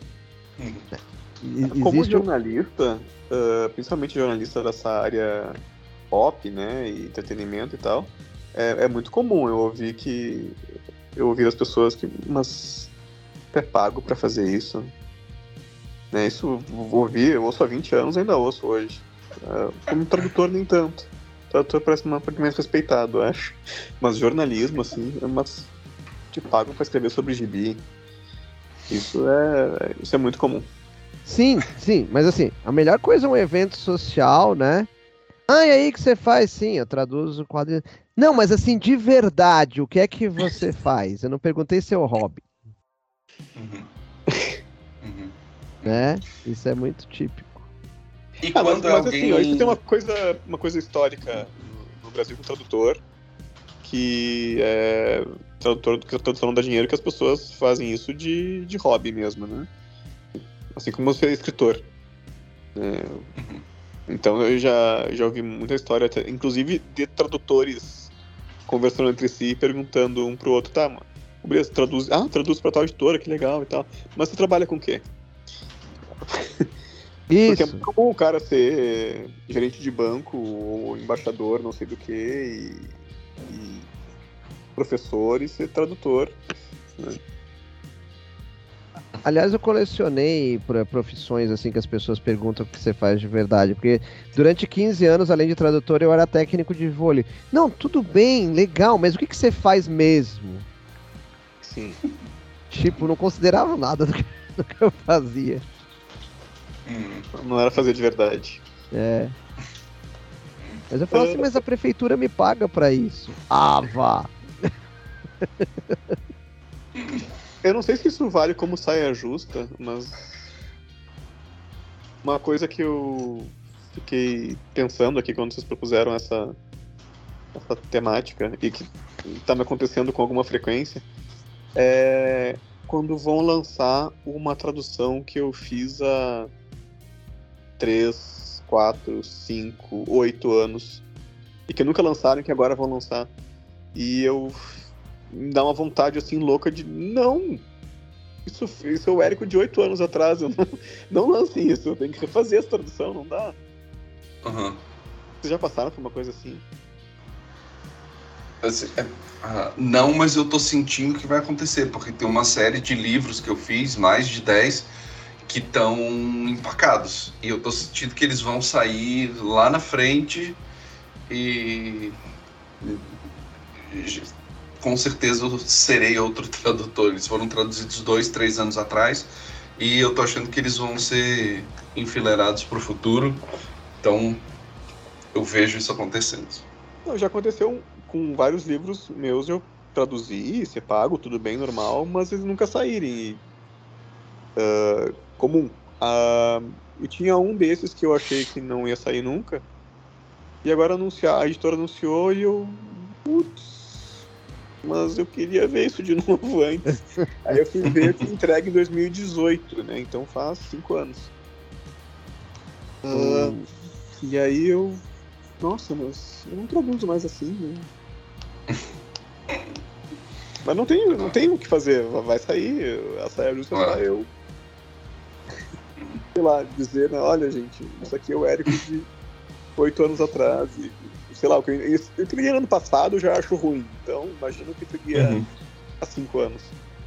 Como jornalista, principalmente jornalista dessa área pop, né, e entretenimento e tal, é muito comum eu ouvir as pessoas que, mas é pago pra fazer isso, né? Isso eu ouço há 20 anos, ainda ouço hoje. Como tradutor nem tanto. Tradutor parece um pouco mais respeitado, eu acho. Mas jornalismo, assim, te pagam pra escrever sobre gibi. Isso é muito comum. Sim, mas assim, a melhor coisa é um evento social, né? E aí que você faz? Sim, eu traduzo quadrinhos. Não, mas assim, de verdade, o que é que você faz? Eu não perguntei seu hobby. Né? Isso é muito típico. E quando mas alguém... assim, isso tem uma coisa histórica no Brasil com tradutor, que é tradução dá dinheiro, que as pessoas fazem isso de hobby mesmo, né? Assim como você é escritor. Então eu já ouvi muita história, inclusive de tradutores conversando entre si, perguntando um pro outro, tá, mano, beleza, traduz pra tal editora, que legal e tal, mas você trabalha com o quê? Isso. Porque é muito comum o cara ser gerente de banco, ou embaixador, não sei do que, e professor e ser tradutor, né? Aliás, eu colecionei profissões assim que as pessoas perguntam o que você faz de verdade, porque durante 15 anos, além de tradutor, eu era técnico de vôlei. Não, tudo bem, legal, mas o que você faz mesmo? Sim. Tipo, não considerava nada do que eu fazia. Não era fazer de verdade. Mas eu falo assim, mas a prefeitura me paga pra isso. Vá! Eu não sei se isso vale como saia justa, mas uma coisa que eu fiquei pensando aqui quando vocês propuseram essa temática e que está me acontecendo com alguma frequência é quando vão lançar uma tradução que eu fiz há 3, 4, 5, 8 anos e que nunca lançaram e que agora vão lançar. E me dá uma vontade assim louca de não, isso é o Érico de 8 anos atrás, eu não lance isso, eu tenho que refazer essa tradução, não dá. Vocês já passaram por uma coisa assim? Não, mas eu tô sentindo que vai acontecer, porque tem uma série de livros que eu fiz, mais de 10, que estão empacados, e eu tô sentindo que eles vão sair lá na frente e com certeza eu serei outro tradutor. Eles foram traduzidos 2, 3 anos atrás e eu tô achando que eles vão ser enfileirados pro futuro. Então eu vejo isso acontecendo. Já aconteceu com vários livros meus, eu traduzi, ser pago, tudo bem, normal, mas eles nunca saírem. Comum. Eu tinha um desses que eu achei que não ia sair nunca, e agora a editora anunciou e eu... mas eu queria ver isso de novo antes. Aí eu fui ver que entregue em 2018, né? Então faz 5 anos. E aí nossa, mas eu não traduzo mais assim, né? Mas não tem o que fazer. Vai sair, a saia justa é só eu. Sei lá, dizer, né, olha gente, isso aqui é o Érico de 8 anos atrás. E, sei lá, eu teria ano passado, eu já acho ruim. Então, imagina o que teria há 5 anos.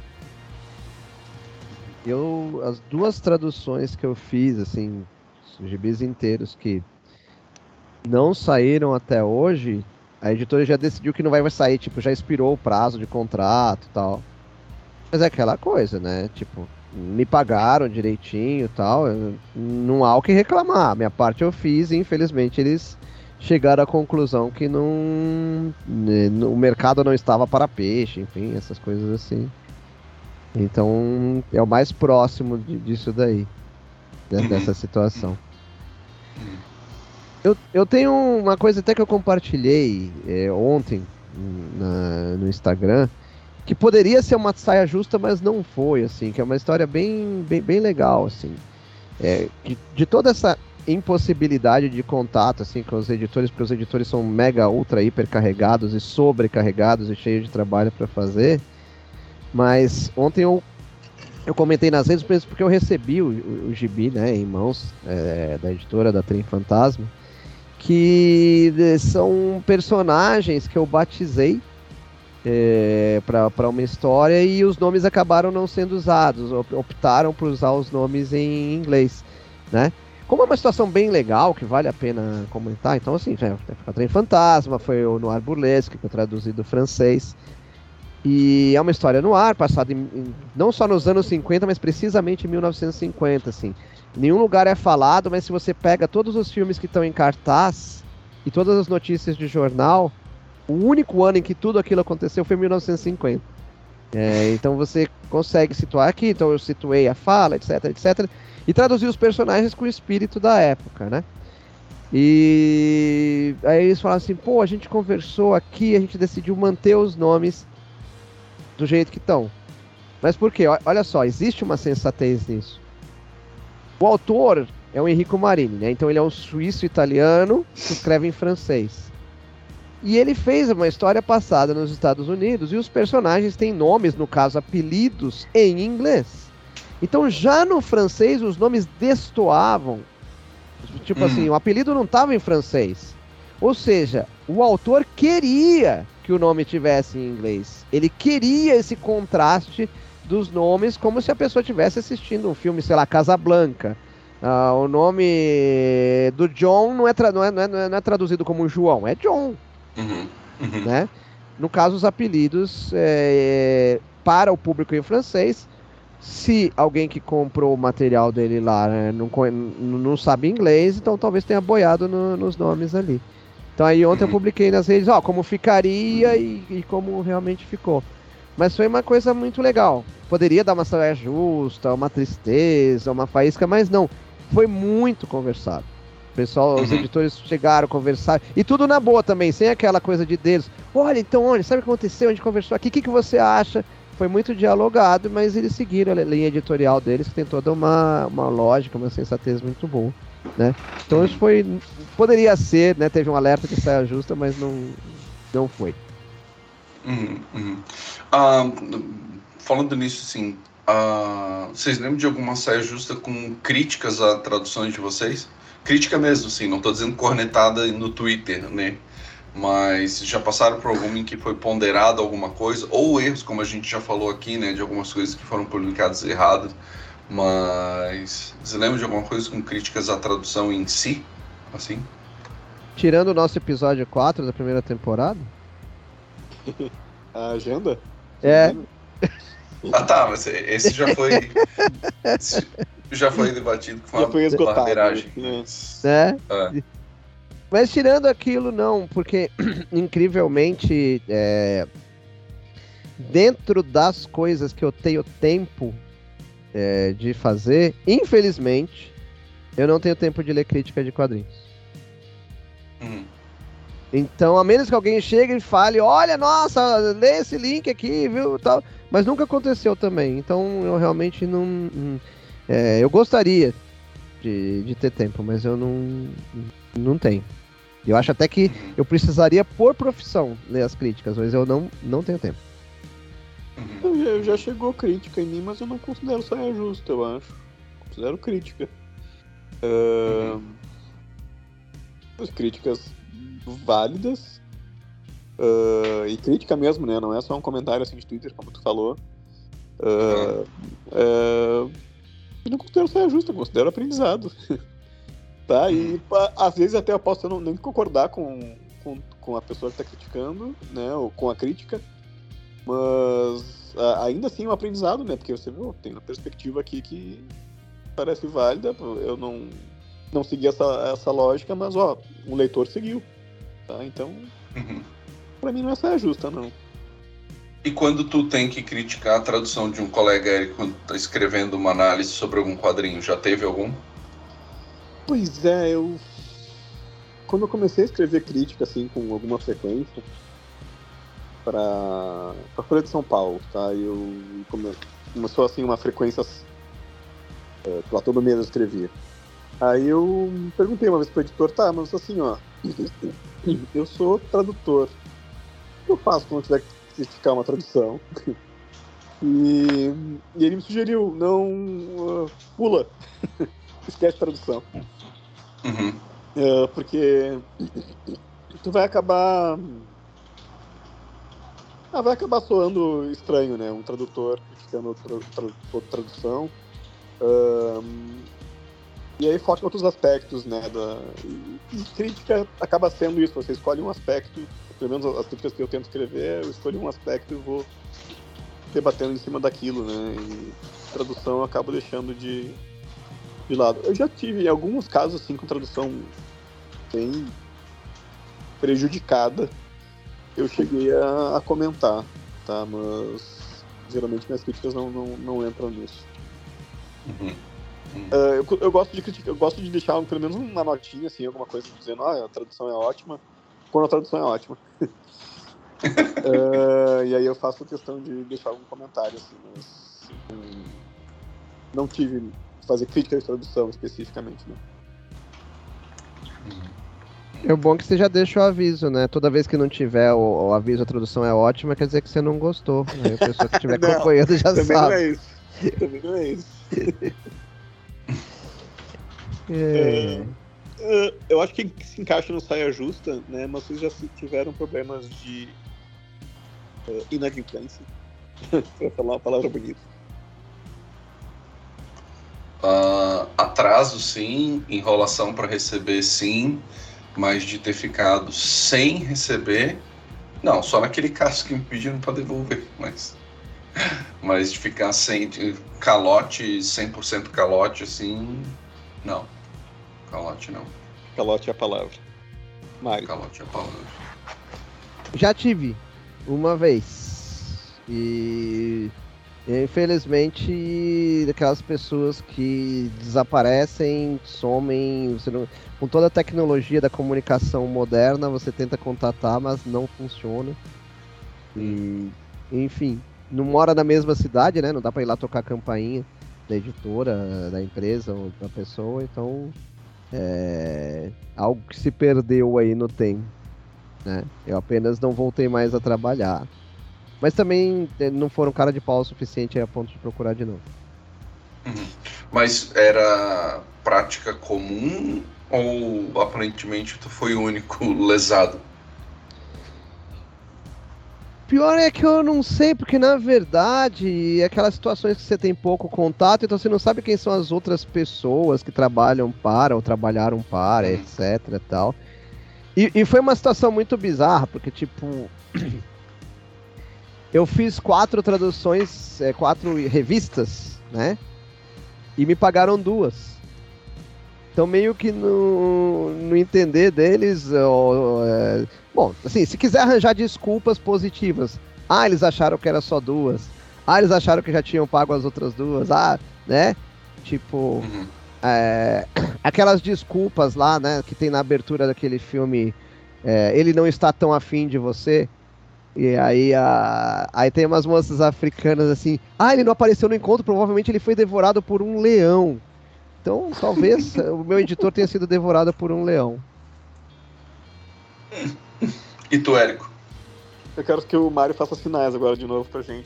As 2 traduções que eu fiz, assim, os gibis inteiros que não saíram até hoje, A editora já decidiu que não vai sair, tipo, já expirou o prazo de contrato e tal. Mas é aquela coisa, né? Tipo, me pagaram direitinho e tal, não há o que reclamar. Minha parte eu fiz e infelizmente eles chegaram à conclusão que o mercado não estava para peixe, enfim, essas coisas assim. Então é o mais próximo disso daí, né, dessa situação. Eu tenho uma coisa até que eu compartilhei ontem no Instagram, que poderia ser uma saia justa, mas não foi, assim, que é uma história bem legal, assim. De toda essa impossibilidade de contato, assim, com os editores, porque os editores são mega, ultra, hiper carregados e sobrecarregados e cheios de trabalho para fazer. Mas ontem eu comentei nas redes, porque eu recebi o gibi, né, em mãos, da editora, da Trem Fantasma, que são personagens que eu batizei para uma história e os nomes acabaram não sendo usados, optaram por usar os nomes em inglês, né? Como é uma situação bem legal, que vale a pena comentar, então assim, a Trem Fantasma foi o Noir Burlesque, que eu traduzi do francês, e é uma história no ar, passada não só nos anos 50, mas precisamente em 1950, assim. Nenhum lugar é falado, mas se você pega todos os filmes que estão em cartaz e todas as notícias de jornal, o único ano em que tudo aquilo aconteceu foi 1950. Então você consegue situar aqui, então eu situei a fala, etc, e traduzir os personagens com o espírito da época, né? E aí eles falaram assim, pô, a gente conversou aqui, a gente decidiu manter os nomes do jeito que estão. Mas por quê? Olha só, existe uma sensatez nisso. O autor é o Enrico Marini, né? Então ele é um suíço-italiano que escreve em francês. E ele fez uma história passada nos Estados Unidos e os personagens têm nomes, no caso apelidos, em inglês. Então já no francês os nomes destoavam. Tipo assim, o apelido não estava em francês. Ou seja, o autor queria que o nome tivesse em inglês. Ele queria esse contraste dos nomes, como se a pessoa estivesse assistindo um filme, sei lá, Casablanca. O nome do John não é traduzido como João, é John. Né? No caso, os apelidos para o público em francês, se alguém que comprou o material dele lá, né, não sabe inglês, então talvez tenha boiado nos nomes ali. Então aí ontem eu publiquei nas redes, como ficaria e como realmente ficou. Mas foi uma coisa muito legal. Poderia dar uma saia justa, uma tristeza, uma faísca, mas não. Foi muito conversado. O pessoal, os editores chegaram, conversaram, e tudo na boa também, sem aquela coisa de deles. Olha, então, sabe o que aconteceu? A gente conversou aqui, o que você acha? Foi muito dialogado, mas eles seguiram a linha editorial deles, que tem toda uma lógica, uma sensatez muito boa, né? Então isso poderia ser, né? Teve um alerta de saia justa, mas não foi. Falando nisso, assim, vocês lembram de alguma saia justa com críticas a traduções de vocês? Crítica mesmo, sim, não estou dizendo cornetada no Twitter, né? Mas já passaram por alguma em que foi ponderado alguma coisa, ou erros, como a gente já falou aqui, né? De algumas coisas que foram publicadas erradas. Mas você lembra de alguma coisa com críticas à tradução em si? Assim? Tirando o nosso episódio 4 da primeira temporada? A agenda? Tá, mas esse já foi... já foi debatido com uma barbeiragem. Mas tirando aquilo, não, porque incrivelmente dentro das coisas que eu tenho tempo de fazer, infelizmente, eu não tenho tempo de ler crítica de quadrinhos. Então, a menos que alguém chegue e fale, olha, nossa, lê esse link aqui, viu, tal, mas nunca aconteceu também. Então, eu realmente não... eu gostaria de ter tempo, mas eu não tenho. Eu acho até que eu precisaria, por profissão, ler as críticas, mas eu não tenho tempo. Já chegou crítica em mim, mas eu não considero saia justa, eu acho. Considero crítica. As críticas válidas. E crítica mesmo, né? Não é só um comentário assim de Twitter, como tu falou. Eu não considero saia justa, eu considero aprendizado. Tá? E às vezes até eu posso nem concordar com com a pessoa que está criticando, né, ou com a crítica, mas ainda assim é um aprendizado, né, porque você tem uma perspectiva aqui que parece válida, eu não segui essa lógica, mas o leitor seguiu, tá? Então, pra mim não é saia justa, não. E quando tu tem que criticar a tradução de um colega, Érico, quando tá escrevendo uma análise sobre algum quadrinho, já teve algum? Pois é, quando eu comecei a escrever crítica, assim, com alguma frequência, para a Folha de São Paulo, tá? Começou, assim, uma frequência que lá todo mês eu escrevia. Aí eu perguntei uma vez pro editor, tá, mas assim, eu sou tradutor. O que eu faço quando eu tiver que criticar uma tradução? E ele me sugeriu, não, pula, esquece a tradução. Porque tu vai acabar soando estranho, né? Um tradutor criticando outra tradução. E aí foca em outros aspectos, né? E crítica acaba sendo isso, você escolhe um aspecto, pelo menos as críticas que eu tento escrever, eu escolho um aspecto e vou debatendo em cima daquilo, né? E tradução eu acabo deixando de lado. Eu já tive alguns casos assim com tradução bem prejudicada, eu cheguei a comentar, tá? Mas geralmente minhas críticas não entram nisso. Eu gosto de criticar, eu gosto de deixar pelo menos uma notinha, assim, alguma coisa dizendo, a tradução é ótima, quando a tradução é ótima. E aí eu faço questão de deixar algum comentário, assim, mas não tive que fazer crítica de tradução especificamente, né? É bom que você já deixa o aviso, né? Toda vez que não tiver o aviso, a tradução é ótima, quer dizer que você não gostou. Aí a pessoa que estiver acompanhando já também sabe. Não é isso. Também não é isso. Eu acho que se encaixa no saia justa, né? Mas vocês já tiveram problemas de inadimplência, pra falar uma palavra bonita. Atraso, sim. Enrolação para receber, sim. Mas de ter ficado sem receber, não. Só naquele caso que me pediram para devolver, mas de ficar sem calote, 100% calote, assim, não. Calote não. Calote é a palavra. Mário. Calote é a palavra. Já tive uma vez. E infelizmente aquelas pessoas que desaparecem, somem, com toda a tecnologia da comunicação moderna, você tenta contatar, mas não funciona. E enfim, não mora na mesma cidade, né? Não dá pra ir lá tocar a campainha da editora, da empresa ou da pessoa, então algo que se perdeu aí no tempo, né? Eu apenas não voltei mais a trabalhar. Mas também não foram cara de pau o suficiente a ponto de procurar de novo. Mas era prática comum ou aparentemente tu foi o único lesado? Pior é que eu não sei, porque na verdade aquelas situações que você tem pouco contato, então você não sabe quem são as outras pessoas que trabalham para ou trabalharam para, etc e tal. E foi uma situação muito bizarra, porque tipo... Eu fiz 4 traduções, 4 revistas, né? E me pagaram 2. Então meio que no entender deles... bom, assim, se quiser arranjar desculpas positivas. Eles acharam que era só 2. Eles acharam que já tinham pago as outras 2. Né? Tipo... aquelas desculpas lá, né? Que tem na abertura daquele filme... ele não está tão afim de você... E aí tem umas moças africanas assim, ele não apareceu no encontro, provavelmente ele foi devorado por um leão. Então talvez o meu editor tenha sido devorado por um leão. E tu, Érico? Eu quero que o Mário faça sinais agora de novo pra gente.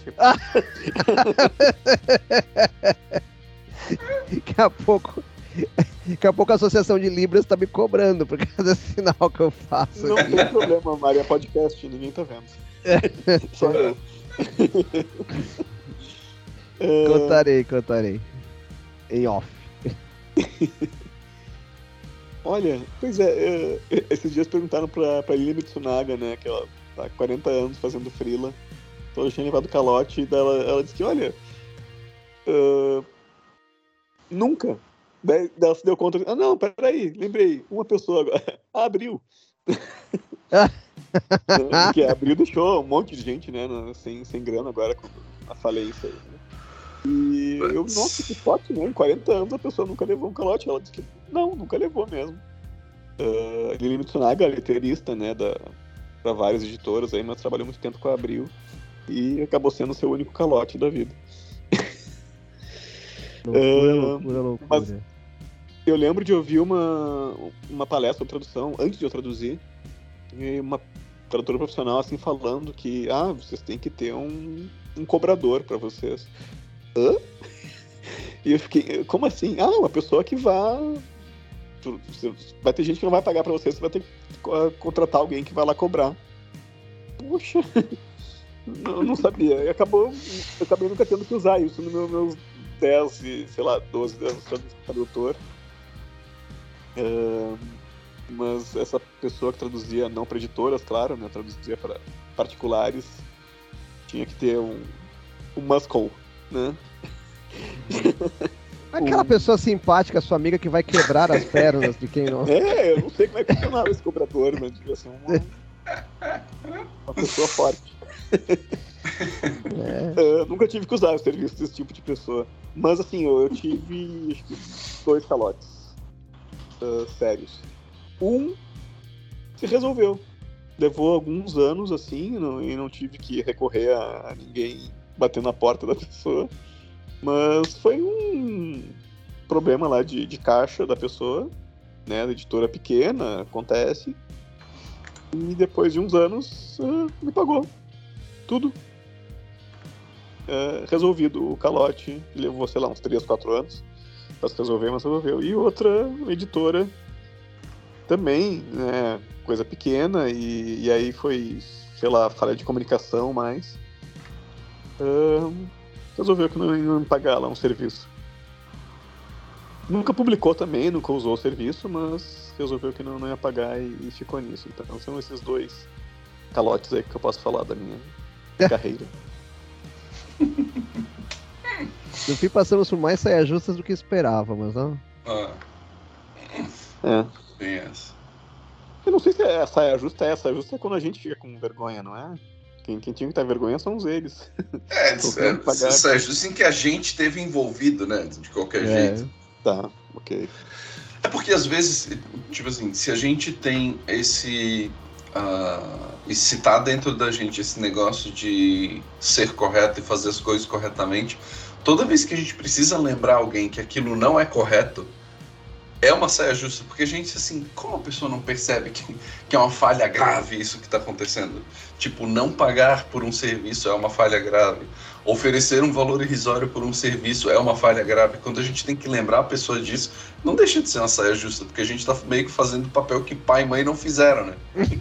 Daqui a pouco a Associação de Libras tá me cobrando por causa desse sinal que eu faço. Não tem problema, Mário, é podcast, ninguém tá vendo. Só eu. Contarei. Em off. Olha, pois esses dias perguntaram pra Lili Mitsunaga, né, que ela tá há 40 anos fazendo freela, então eu tinha levado calote, e ela disse que, olha, nunca. Daí ela se deu conta, não, peraí, lembrei, uma pessoa agora, Abril. Porque a Abril deixou um monte de gente, né, sem grana agora com a falência aí, né? E eu, nossa, que sorte, né? Em 40 anos a pessoa nunca levou um calote. Ela disse que não, nunca levou mesmo. Lili Mitsunaga, letrista, né, pra várias editoras aí, mas trabalhou muito tempo com a Abril e acabou sendo o seu único calote da vida. Loucura. Mas eu lembro de ouvir uma palestra ou tradução, antes de eu traduzir, e uma tradutora profissional assim falando que vocês têm que ter um cobrador pra vocês. Hã? E eu fiquei, como assim? Uma pessoa que vai ter gente que não vai pagar pra você vai ter que contratar alguém que vai lá cobrar. Puxa, não sabia. Eu acabei nunca tendo que usar isso nos meus 10 e, 12 anos de tradutor. Mas essa pessoa que traduzia não para editoras, claro, né, traduzia para particulares, tinha que ter um must-call, né? Aquela pessoa simpática, sua amiga, que vai quebrar as pernas de quem não... Eu não sei como é que funcionava esse cobrador, mas devia ser uma pessoa forte. Nunca tive que usar o serviço desse tipo de pessoa. Mas assim, eu tive acho que 2 calotes sérios. Um se resolveu. Levou alguns anos assim, e não tive que recorrer a ninguém bater na porta da pessoa. Mas foi um problema lá de caixa da pessoa, né? Da editora pequena, acontece. E depois de uns anos, me pagou. Tudo. Resolvido o calote. Levou, sei lá, uns 3, 4 anos pra se resolver, mas resolveu. E outra editora também, né? Coisa pequena. E aí foi, sei lá, falha de comunicação mais. Resolveu que não ia pagar lá um serviço. Nunca publicou também, nunca usou o serviço, mas resolveu que não ia pagar e ficou nisso. Então são esses 2 calotes aí que eu posso falar da minha carreira. No fim passamos por mais saias justas do que esperávamos, não? Bem essa. Eu não sei se a saia justa é quando a gente fica com vergonha, não é? Quem tinha que ter vergonha são eles. Saia justa em que a gente esteve envolvido, né? De qualquer jeito. Tá, ok. É porque às vezes, tipo assim, se a gente tem esse... e se tá dentro da gente esse negócio de ser correto e fazer as coisas corretamente, toda vez que a gente precisa lembrar alguém que aquilo não é correto, é uma saia justa, porque a gente, assim, como a pessoa não percebe que é uma falha grave isso que tá acontecendo? Tipo, não pagar por um serviço é uma falha grave. Oferecer um valor irrisório por um serviço é uma falha grave. Quando a gente tem que lembrar a pessoa disso, não deixa de ser uma saia justa, porque a gente tá meio que fazendo o papel que pai e mãe não fizeram, né?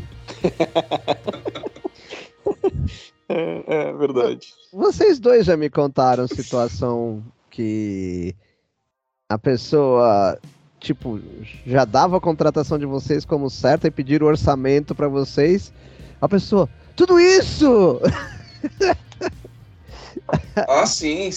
É verdade. Vocês dois já me contaram situação que a pessoa, tipo, já dava a contratação de vocês como certa e pediram orçamento pra vocês. A pessoa, tudo isso! Sim.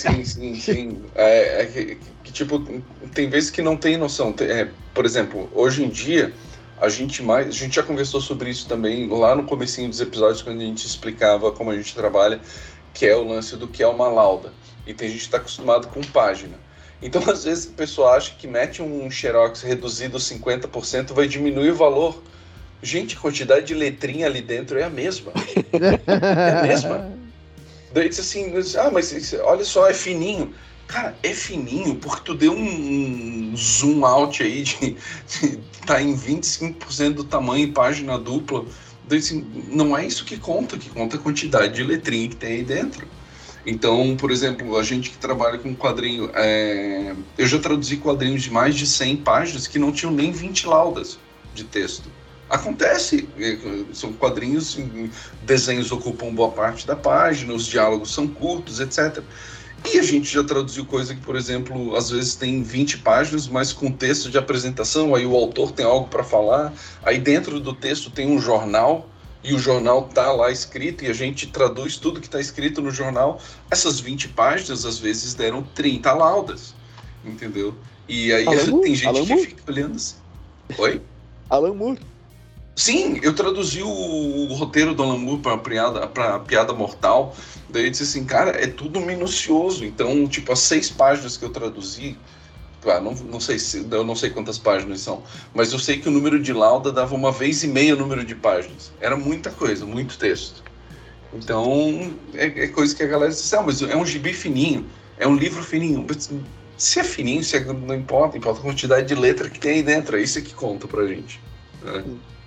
Que tipo, tem vezes que não tem noção. Por exemplo, hoje em dia, a gente já conversou sobre isso também lá no comecinho dos episódios, quando a gente explicava como a gente trabalha, que é o lance do que é uma lauda. E tem gente que está acostumado com página. Então, às vezes, a pessoa acha que mete um xerox reduzido 50% vai diminuir o valor. Gente, a quantidade de letrinha ali dentro é a mesma. É a mesma. Daí diz assim, mas olha só, é fininho. Cara, é fininho porque tu deu um zoom out aí de tá em 25% do tamanho em página dupla. Daí assim, não é isso que conta a quantidade de letrinha que tem aí dentro. Então, por exemplo, a gente que trabalha com quadrinho, eu já traduzi quadrinhos de mais de 100 páginas que não tinham nem 20 laudas de texto. Acontece, são quadrinhos, desenhos ocupam boa parte da página, os diálogos são curtos, etc. E a gente já traduziu coisa que, por exemplo, às vezes tem 20 páginas, mas com texto de apresentação, aí o autor tem algo para falar, aí dentro do texto tem um jornal, e o jornal tá lá escrito, e a gente traduz tudo que está escrito no jornal. Essas 20 páginas, às vezes, deram 30 laudas, entendeu? E aí tem gente que fica olhando assim. Oi? Alan Moore. Sim, eu traduzi o roteiro do Alan Moore para Piada Mortal. Daí eu disse assim, cara, é tudo minucioso. Então, tipo, as 6 páginas que eu traduzi, eu não sei quantas páginas são, mas eu sei que o número de lauda dava 1,5 vezes o número de páginas. Era muita coisa, muito texto. Então, é coisa que a galera diz, mas é um gibi fininho, é um livro fininho. Se é fininho, não importa a quantidade de letra que tem aí dentro, é isso que conta pra gente. Né?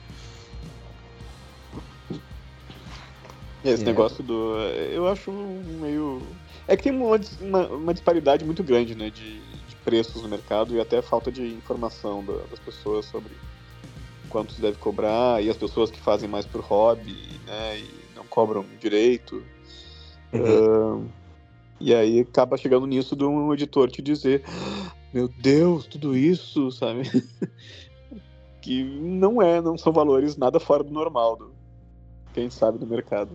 Esse negócio do... Eu acho meio... É que tem uma disparidade muito grande, né, de preços no mercado e até falta de informação das pessoas sobre quanto se deve cobrar, e as pessoas que fazem mais por hobby, né, e não cobram direito. E aí acaba chegando nisso de um editor te dizer, meu Deus, tudo isso, sabe? Que não são valores nada fora do normal quem sabe do mercado.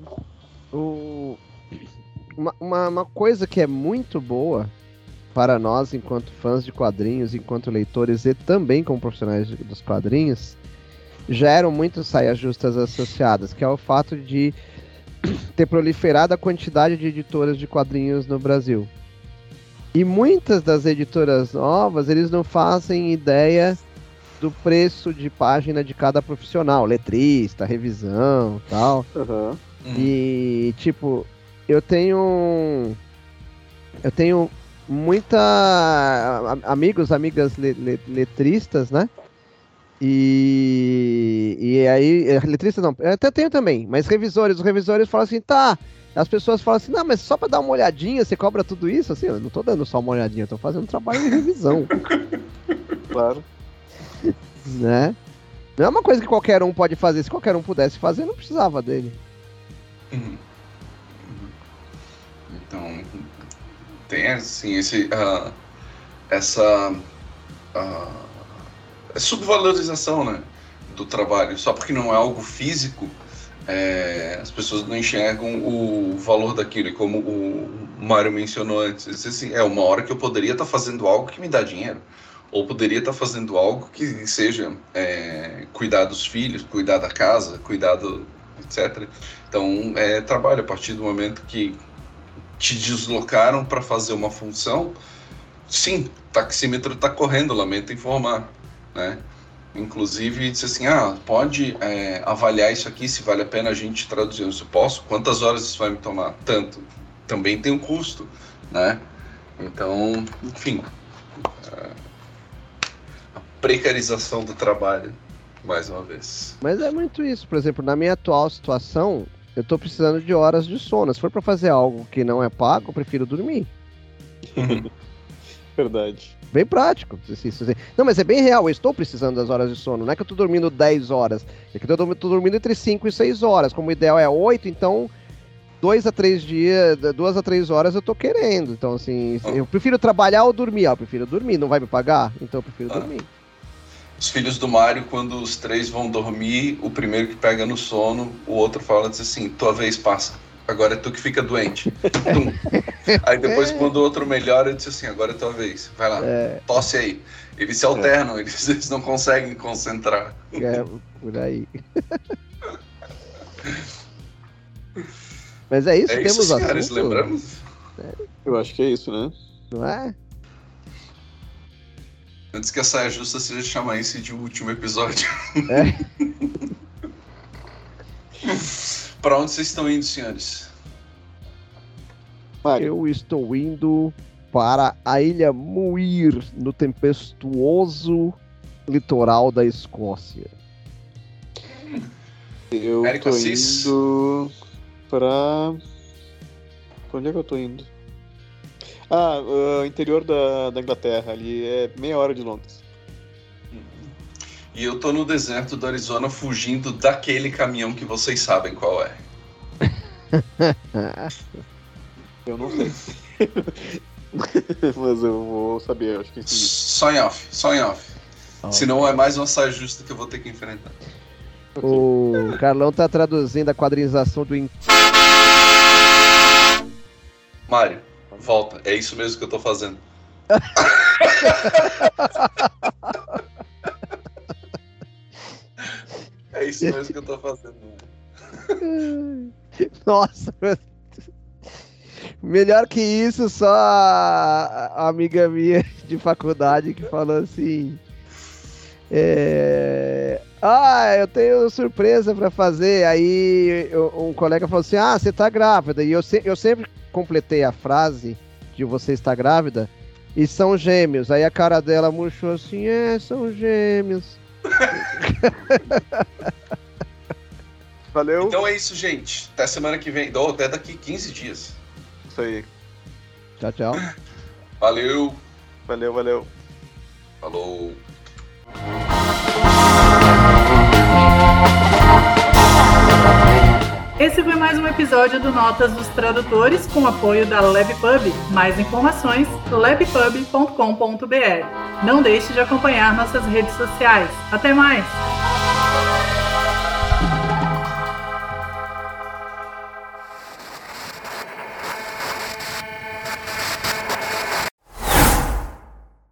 Uma coisa que é muito boa para nós, enquanto fãs de quadrinhos, enquanto leitores e também como profissionais dos quadrinhos, já eram muitas saias justas associadas, que é o fato de ter proliferado a quantidade de editoras de quadrinhos no Brasil. E muitas das editoras novas, eles não fazem ideia do preço de página de cada profissional, letrista, revisão, tal. E, tipo, eu tenho amigas letristas, né? E aí, letristas não, eu até tenho também, mas os revisores falam assim, tá, as pessoas falam assim, não, mas só pra dar uma olhadinha, você cobra tudo isso? Assim, eu não tô dando só uma olhadinha, eu tô fazendo trabalho de revisão. Claro. Né? Não é uma coisa que qualquer um pode fazer, se qualquer um pudesse fazer, não precisava dele. Então, tem assim, essa subvalorização, né, do trabalho. Só porque não é algo físico, as pessoas não enxergam o valor daquilo. E como o Mário mencionou antes, assim, uma hora que eu poderia estar fazendo algo que me dá dinheiro, ou poderia estar fazendo algo que seja cuidar dos filhos, cuidar da casa, etc. Então, trabalho. A partir do momento que te deslocaram para fazer uma função, sim, o taxímetro está correndo, lamento informar, né? Inclusive, disse assim, pode avaliar isso aqui, se vale a pena a gente traduzir. Eu posso? Quantas horas isso vai me tomar? Tanto. Também tem um custo, né? Então, enfim, a precarização do trabalho, mais uma vez. Mas é muito isso. Por exemplo, na minha atual situação, eu tô precisando de horas de sono. Se for pra fazer algo que não é pago, eu prefiro dormir. Verdade. Bem prático. Não, mas é bem real. Eu estou precisando das horas de sono. Não é que eu tô dormindo 10 horas. É que eu tô dormindo entre 5 e 6 horas. Como o ideal é 8, então 2 a 3 horas eu tô querendo. Então, assim, eu prefiro trabalhar ou dormir? Eu prefiro dormir. Não vai me pagar? Então eu prefiro dormir. Os filhos do Mário, quando os 3 vão dormir, o primeiro que pega no sono, o outro fala, diz assim, tua vez passa, agora é tu que fica doente. Aí depois, quando o outro melhora, diz assim, agora é tua vez, vai lá, tosse aí. Eles se alternam, eles não conseguem concentrar. Por aí. Mas é isso, temos isso, senhores, lembramos? Eu acho que é isso, né? Não é? Antes que a saia justa seja chamar esse de último episódio. Para onde vocês estão indo, senhores? Eu estou indo para a Ilha Muir, no tempestuoso litoral da Escócia. Eu Érico tô Assis? indo para onde é que eu tô indo? Interior da Inglaterra, ali é meia hora de Londres. E eu tô no deserto do Arizona fugindo daquele caminhão que vocês sabem qual é. Eu não sei. Mas eu vou saber, eu acho que sim. Só em off. Senão é mais uma saia justa que eu vou ter que enfrentar. O Carlão tá traduzindo a quadrinização do... Mário, volta. É isso mesmo que eu tô fazendo. É isso mesmo que eu tô fazendo. Nossa, melhor que isso, só a amiga minha de faculdade que falou assim... eu tenho surpresa pra fazer. Aí um colega falou assim: você tá grávida. E eu sempre completei a frase de você está grávida e são gêmeos. Aí a cara dela murchou assim: são gêmeos. Valeu. Então é isso, gente. Até semana que vem. Até daqui 15 dias. Isso aí. Tchau. Valeu. Valeu. Falou. Esse foi mais um episódio do Notas dos Tradutores com apoio da LabPub. Mais informações, labpub.com.br. Não deixe de acompanhar nossas redes sociais. Até mais!